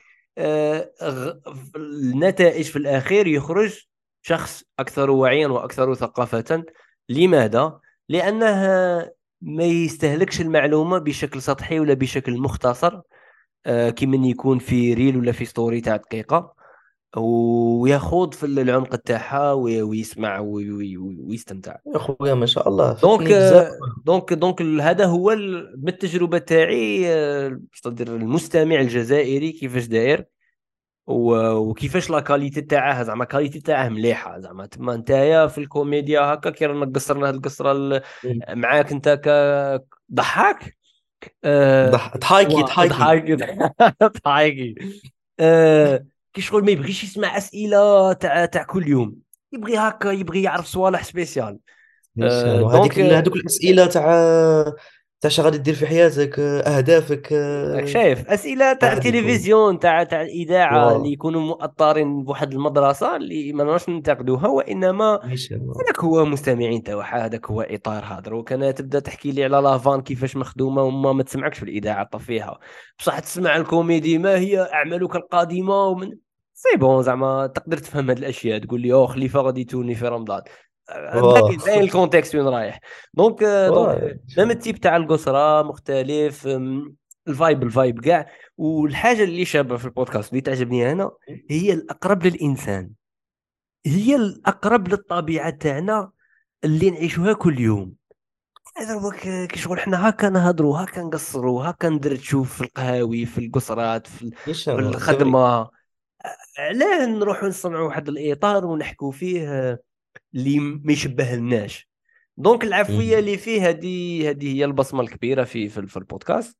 النتائج في الاخير يخرج شخص اكثر وعيا واكثر ثقافه. لماذا؟ لانه ما يستهلكش المعلومه بشكل سطحي ولا بشكل مختصر، كي يكون في ريل ولا في ستوري تاع دقيقه، ويخوض في العمق تاعها ويسمع ويستمتع. يا اخويا ما شاء الله دونك فدني بزاف. هذا هو بالتجربه تاعي، تقدر المستمع الجزائري كيفاش داير، وكيفاش لا كاليتي تاعه، زعما كاليتي تاعه مليحه. زعما تما نتايا في الكوميديا هكا كي رانا قصرنا هاد القصره مم. معاك انت ضحاك. أه... ضحايكي ضحايكي. ضحاكي. ضحاكي. كي شغل ما يبغيش يسمع اسئله تاع كل يوم، يبغي هكا، يبغي يعرف صوالح سبيسيال. نيشان. وهذيك دونك هذوك الاسئله تاع اش غادي دير في حياتك، اهدافك، راك شايف اسئله تاع هذه كل. التلفزيون، تاع الاذاعه، اللي واه. يكونوا مؤطرين بواحد المدرسه اللي ما نقدرش ننتقدوها، وانما نيشان. هذاك هو مستمعين تاعها، هذاك هو اطار هذا. وكان تبدا تحكي لي على لافان كيفاش مخدومه وما ما تسمعكش في الاذاعه طفيها، بصح تسمع الكوميدي ما هي اعمالك القادمه ومن سي بون. زعما تقدر تفهم هذه الاشياء، تقول لي اوه خليفه غادي توني في رمضان. واه. باين الكونتكست وين رايح. دونك واه. ميم التيب تاع القصره مختلف. الفايب كاع. والحاجه اللي شابه في البودكاست اللي تعجبني انا هي الاقرب للانسان، هي الاقرب للطبيعه تاعنا اللي نعيشوها كل يوم. هذا كي شغل حنا هكا نهضروا، هكا نقصروا، هكا ندردشوا في القهاوي، في القصرات، ايش في انا سي فري. الخدمه. علاه نروحوا نصنعوا واحد الاطار ونحكوا فيه اللي ما يشبهلناش؟ دونك العفويه اللي فيه هذه هي البصمه الكبيره في البودكاست.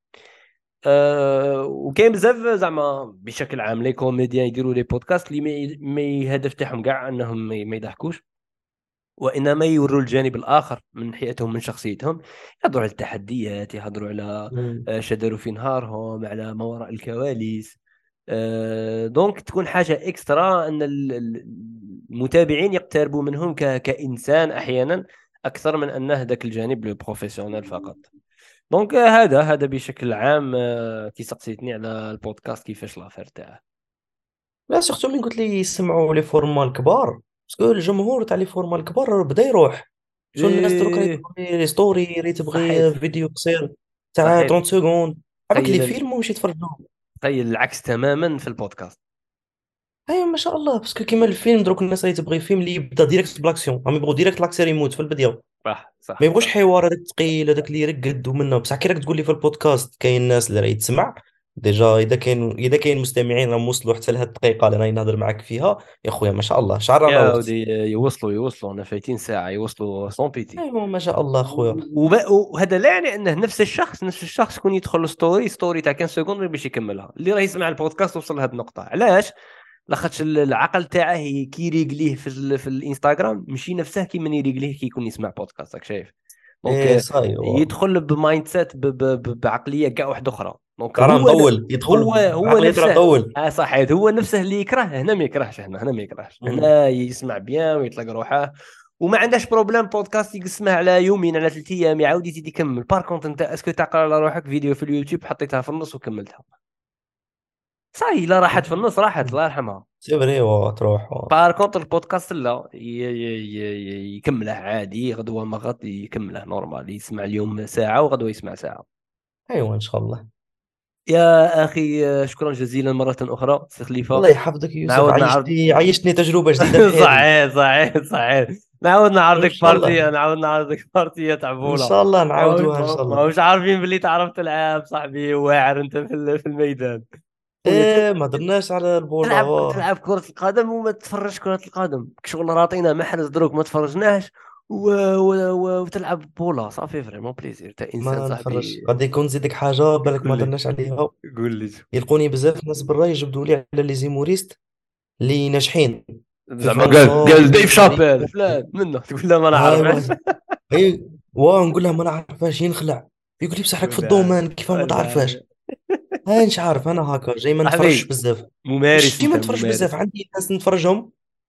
وكاين بزاف زعما بشكل عام لي كوميديان يديروا لي بودكاست اللي ما الهدف تاعهم كاع انهم ما يضحكوش، وانما يوروا الجانب الاخر من حياتهم، من شخصيتهم. يهضروا على التحديات، يهضروا على شدروا في نهارهم، على ما وراء الكواليس. دونك تكون حاجه اكسترا ان المتابعين يقتربوا منهم كانسان احيانا، اكثر من انه ذاك الجانب البروفيسيونيل فقط. دونك هذا بشكل عام. كي سقسيتني على البودكاست كيفاش لافير تاعه. لا سيرتو من قلت لي يسمعوا لي فورما الكبار، باسكو الجمهور تاع لي فورما الكبار راه بدا يروح. شو الناس دروك راه ايه تبغي ستوري، راه صحيت تبغي فيديو قصير تاع صحيت. 30 سكوند. عباك لي تخيل فيلم ومشي يتفرجوا. تخيل العكس تماما في البودكاست. ايوا ما شاء الله، باسكو كيما الفيلم دروك الناس راه تبغي فيلم اللي يبدا ديريكت بالاكسيون، راهم يبغوا ديريكت لاكسير يموت في البدايه. صح ما صح يبغوش صح. حوار هذاك الثقيل، هذاك اللي يرقد ومنه. بصح كي راك تقول لي في البودكاست كاين ناس اللي راهي تسمع ديجا، اذا كاين مستمعين راهم وصلوا حتى لهاد الدقيقه اللي راني نهضر معاك فيها، يا خويا ما شاء الله شعر على يا وقت. ودي يوصلوا انا فايتين ساعة يوصلوا سون بيتي. ايوا ما شاء الله خويا. وهذا لا يعني انه نفس الشخص يكون يدخل ستوري تاع 15 سكوند باش يكملها. اللي راه يسمع البودكاست وصل لهذه النقطة علاش؟ لاخاطش العقل تاعه كي يريقليه في الانستغرام ماشي نفسه كي من يريقليه كي يكون يسمع بودكاست، راك شايف؟ دونك ايه صاي يدخل بمايند سيت بعقليه كاع واحده اخرى. دونك راه هو مطول يدخل هو بعقلية راه نفسه. مطول. صحيت، هو نفسه اللي يكره هنا ما يكرهش، هنا ما يكرهش، هنا يسمع بيان ويطلق روحه وما عندهاش بروبليم. بودكاست يقسمه على يومين على 3 ايام يعاود يزيد يكمل. بار كونت انت اسكو تعقل على روحك فيديو في اليوتيوب حطيتها في النص وكملتها، صاي لا راحت في النص راحت الله يرحمها. سي فري تروح بار كونتر البودكاست لا يكمله عادي، غدوه ما غد يكمله نورمال، يسمع اليوم ساعه وغدوه يسمع ساعه. ايوا ان شاء الله. يا اخي شكرا جزيلا مره اخرى سي الله خليفه. يحفظك يوسف، نعاود نعرض. عيشتني تجربة جديدة في حياتي. صحيح. ان شاء الله. نعاود نعرضك بارتيه تاع ان بولا. شاء الله ما نعاودوها ان شاء الله. مش عارفين باللي تعرف تلعب صاحبي، واعر انت في الميدان. خويا ايه ما درناش على البولا تلعب كرة القدم وما تتفرج كرة القدم، شغل راطينا محرز دروك ما تفرجناش وتلعب بولا صافي فريمون بليزير تا انسان ما نتفرجش، صاحبي. غادي يكون نزيدك حاجة بالك ما قول لي درناش عليها. قول لي. يلقوني بزاف ناس برا يجبدوا لي على لي زيموريست اللي ناجحين في زعما فرنسا قال وفي ديف شابيل امريكا. فلان منه تقول له ما ايوا نعرفش. اي نقول لها ما نعرفهاش ينخلع. يقول لي بصح راك في ولا الدومان كيف ما ولا تعرفهاش. ها نش عارف انا هكا جاي ما نتفرجش صاحبي بزاف. ممارس، مش انت ديما نتفرج بزاف، ممارس. عندي ناس نتفرجهم.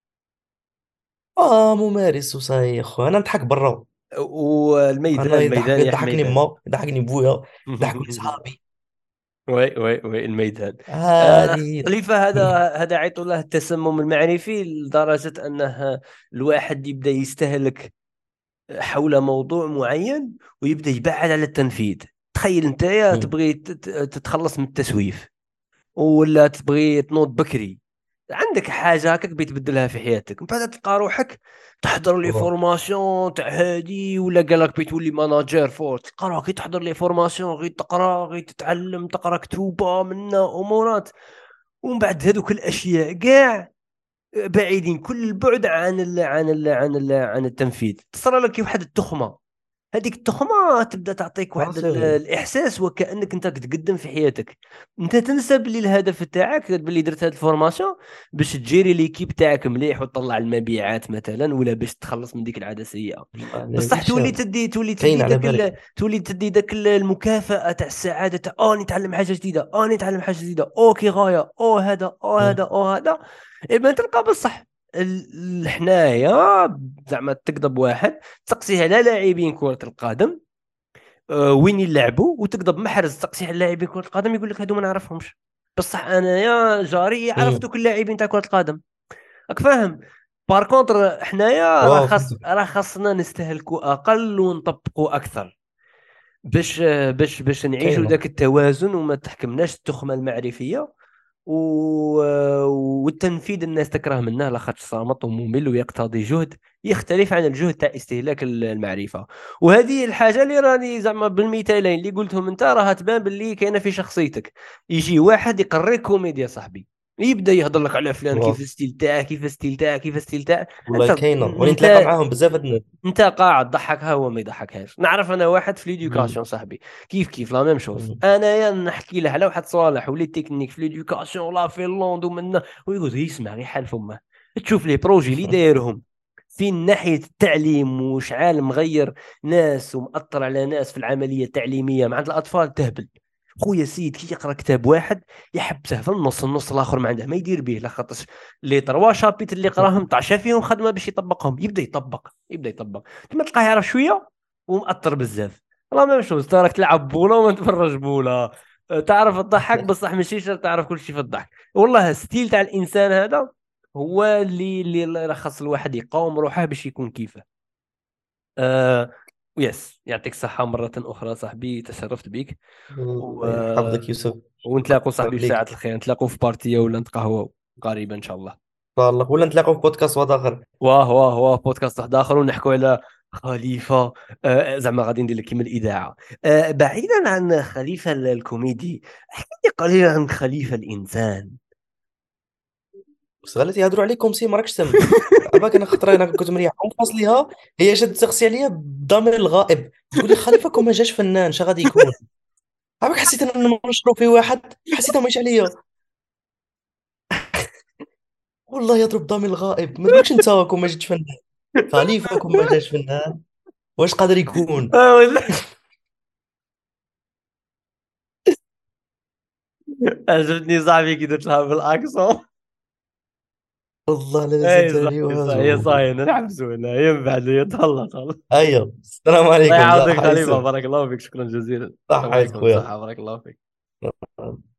ممارس وصاي يا خو، انا نضحك برا. والميدان انا الميدان يا يضحكني ميدان. ما يضحكني بويا، يضحكوا لي صحابي. وي الميدان. هذه خليفة هذا عيط له التسمم المعرفي لدرجة أنه الواحد يبدأ يستهلك حول موضوع معين ويبدأ يبعد على التنفيذ. تخيل أنت يا تبغي تتخلص من التسويف ولا تبغي تنوض بكري، عندك حاجه هكاك بتبدلها في حياتك، من بعد تلقى روحك تحضر لي فورماسيون تاع هادي، ولا قال لك بتولي ماناجير فور، تلقى روحك تحضر لي فورماسيون غير تقرا غير تتعلم تقرا كتوبه منا امورات، ومن بعد هذوك الاشياء كاع بعيدين كل البعد عن التنفيذ. تصرى لك واحد التخمه، هذيك التخمه تبدا تعطيك واحد سي الاحساس وكانك انت تقدم في حياتك. انت تنسى باللي الهدف تاعك باللي درت هذه الفورماسيون باش تجيري ليكيب تاعك مليح وتطلع المبيعات مثلا، ولا باش تخلص من ديك العاده السيئه. على بصح باليش. تولي تدي كاين على بالك. ذاك المكافاه تاع السعاده تاع نتعلم حاجه جديده، نتعلم حاجه جديده، اوكي غايه هذا هذا هذا. إيه تلقى بصح حنايا زعما تكذب واحد تسقسيه على لاعبين كرة القدم وين يلعبوا، وتكذب محرز تسقسيه على لاعبين كرة القدم يقول لك هادو ما نعرفهمش. بصح انا يا جاري عرفت كل اللاعبين تاع كرة القدم، راك فاهم؟ بار كونتر حنايا واو فهمتك. راه خاصنا نستهلكوا اقل ونطبقوا اكثر. باش نعيشوا كاينه. ذاك التوازن وما تحكمناش التخمه المعرفيه و... والتنفيذ الناس تكره منه لاخاطش صامت وممل ويقتضي جهد يختلف عن الجهد تاع استهلاك المعرفه. وهذه الحاجه اللي راني زعما بالمثالين اللي قلتهم انت راها تبان باللي كاينه في شخصيتك. يجي واحد يقريك كوميديا صاحبي، يبدا يهضر لك على فلان كيف واه. الستيل تاعه كيف الستيل تاعه كيف الستيل تاعه. والله انت كاينه، وراني نتلاقى انت معاهم بزاف هاد الناس. انت قاعد ضحكها هو ما يضحكهاش. نعرف انا واحد في مم. ليديوكاسيون صاحبي كيف لا ميم شوز. مم. انا يا نحكي له على واحد صالح ولي تكنيك في ليديوكاسيون لا فنلند ومنا، ويقول يسمع غير حال فمه. تشوف لي بروجي اللي دايرهم في ناحية التعليم وشعال مغير ناس ومأثر على ناس في العملية التعليمية مع الأطفال تهبل. خويا سيد كي يقرا كتاب واحد يحبسه في النص الاخر ما عنده ما يدير به لاخاطش لي تروا شابيت اللي قراهم طاشا فيهم خدمه باش يطبقهم. يبدا يطبق تما تلقاه يعرف شويه ومأثر بزاف. والله ما مش راك تلعب بوله وما تفرج بوله. تعرف تضحك بصح ماشي شرط تعرف كل شيء في الضحك. والله ستيل تاع الانسان هذا هو اللي خاص الواحد يقاوم روحه باش يكون كيفه. آه يس يعطيك الصحة مرة أخرى صاحبي، تشرفت بك. و... الله يحفظك يوسف. ونتلاقوا صاحبي في ساعة ليك. الخير، نتلاقوا في بارتية ولا نتقهوى قريبا إن شاء الله. الله، ولا نتلاقاو في بودكاست واحد اخر. واه بودكاست واحد آخر ونحكوا على خليفة. زعما غادي ندير لك كيما الإذاعة. بعيدا عن خليفة الكوميدي، احكي لي قليلا عن خليفة الإنسان. بس غلاتي يهضروا عليكم سي ما راكش سم. عباك انا خطره انا كنت مريح ام فاصليها، هي جات تسقسي عليا بالضمير الغائب، تقول لي خليفه كون ما جاش فنان شا غادي يكون. عباك حسيت انا نشرو في واحد حسيتها ماشي عليا. والله يضرب ضمير الغائب، ما تقولش انت كون ما جيتش فنان. خليفه كون ما جاش فنان واش قادر يكون؟ والله عجبتني صاحبي كي درت لها بالأكسون. والله لا لازم اي صاحبي تهريوها صاحبي زوين. صاحبي نحبسوا هنا هي من بعد يطلع. ايوه السلام الله عليكم، يعاودك صح خليفه، يوسف. بارك الله فيك، شكرا جزيلا. صح الله عليك يسلمك، خويا. صحه، بارك الله فيك.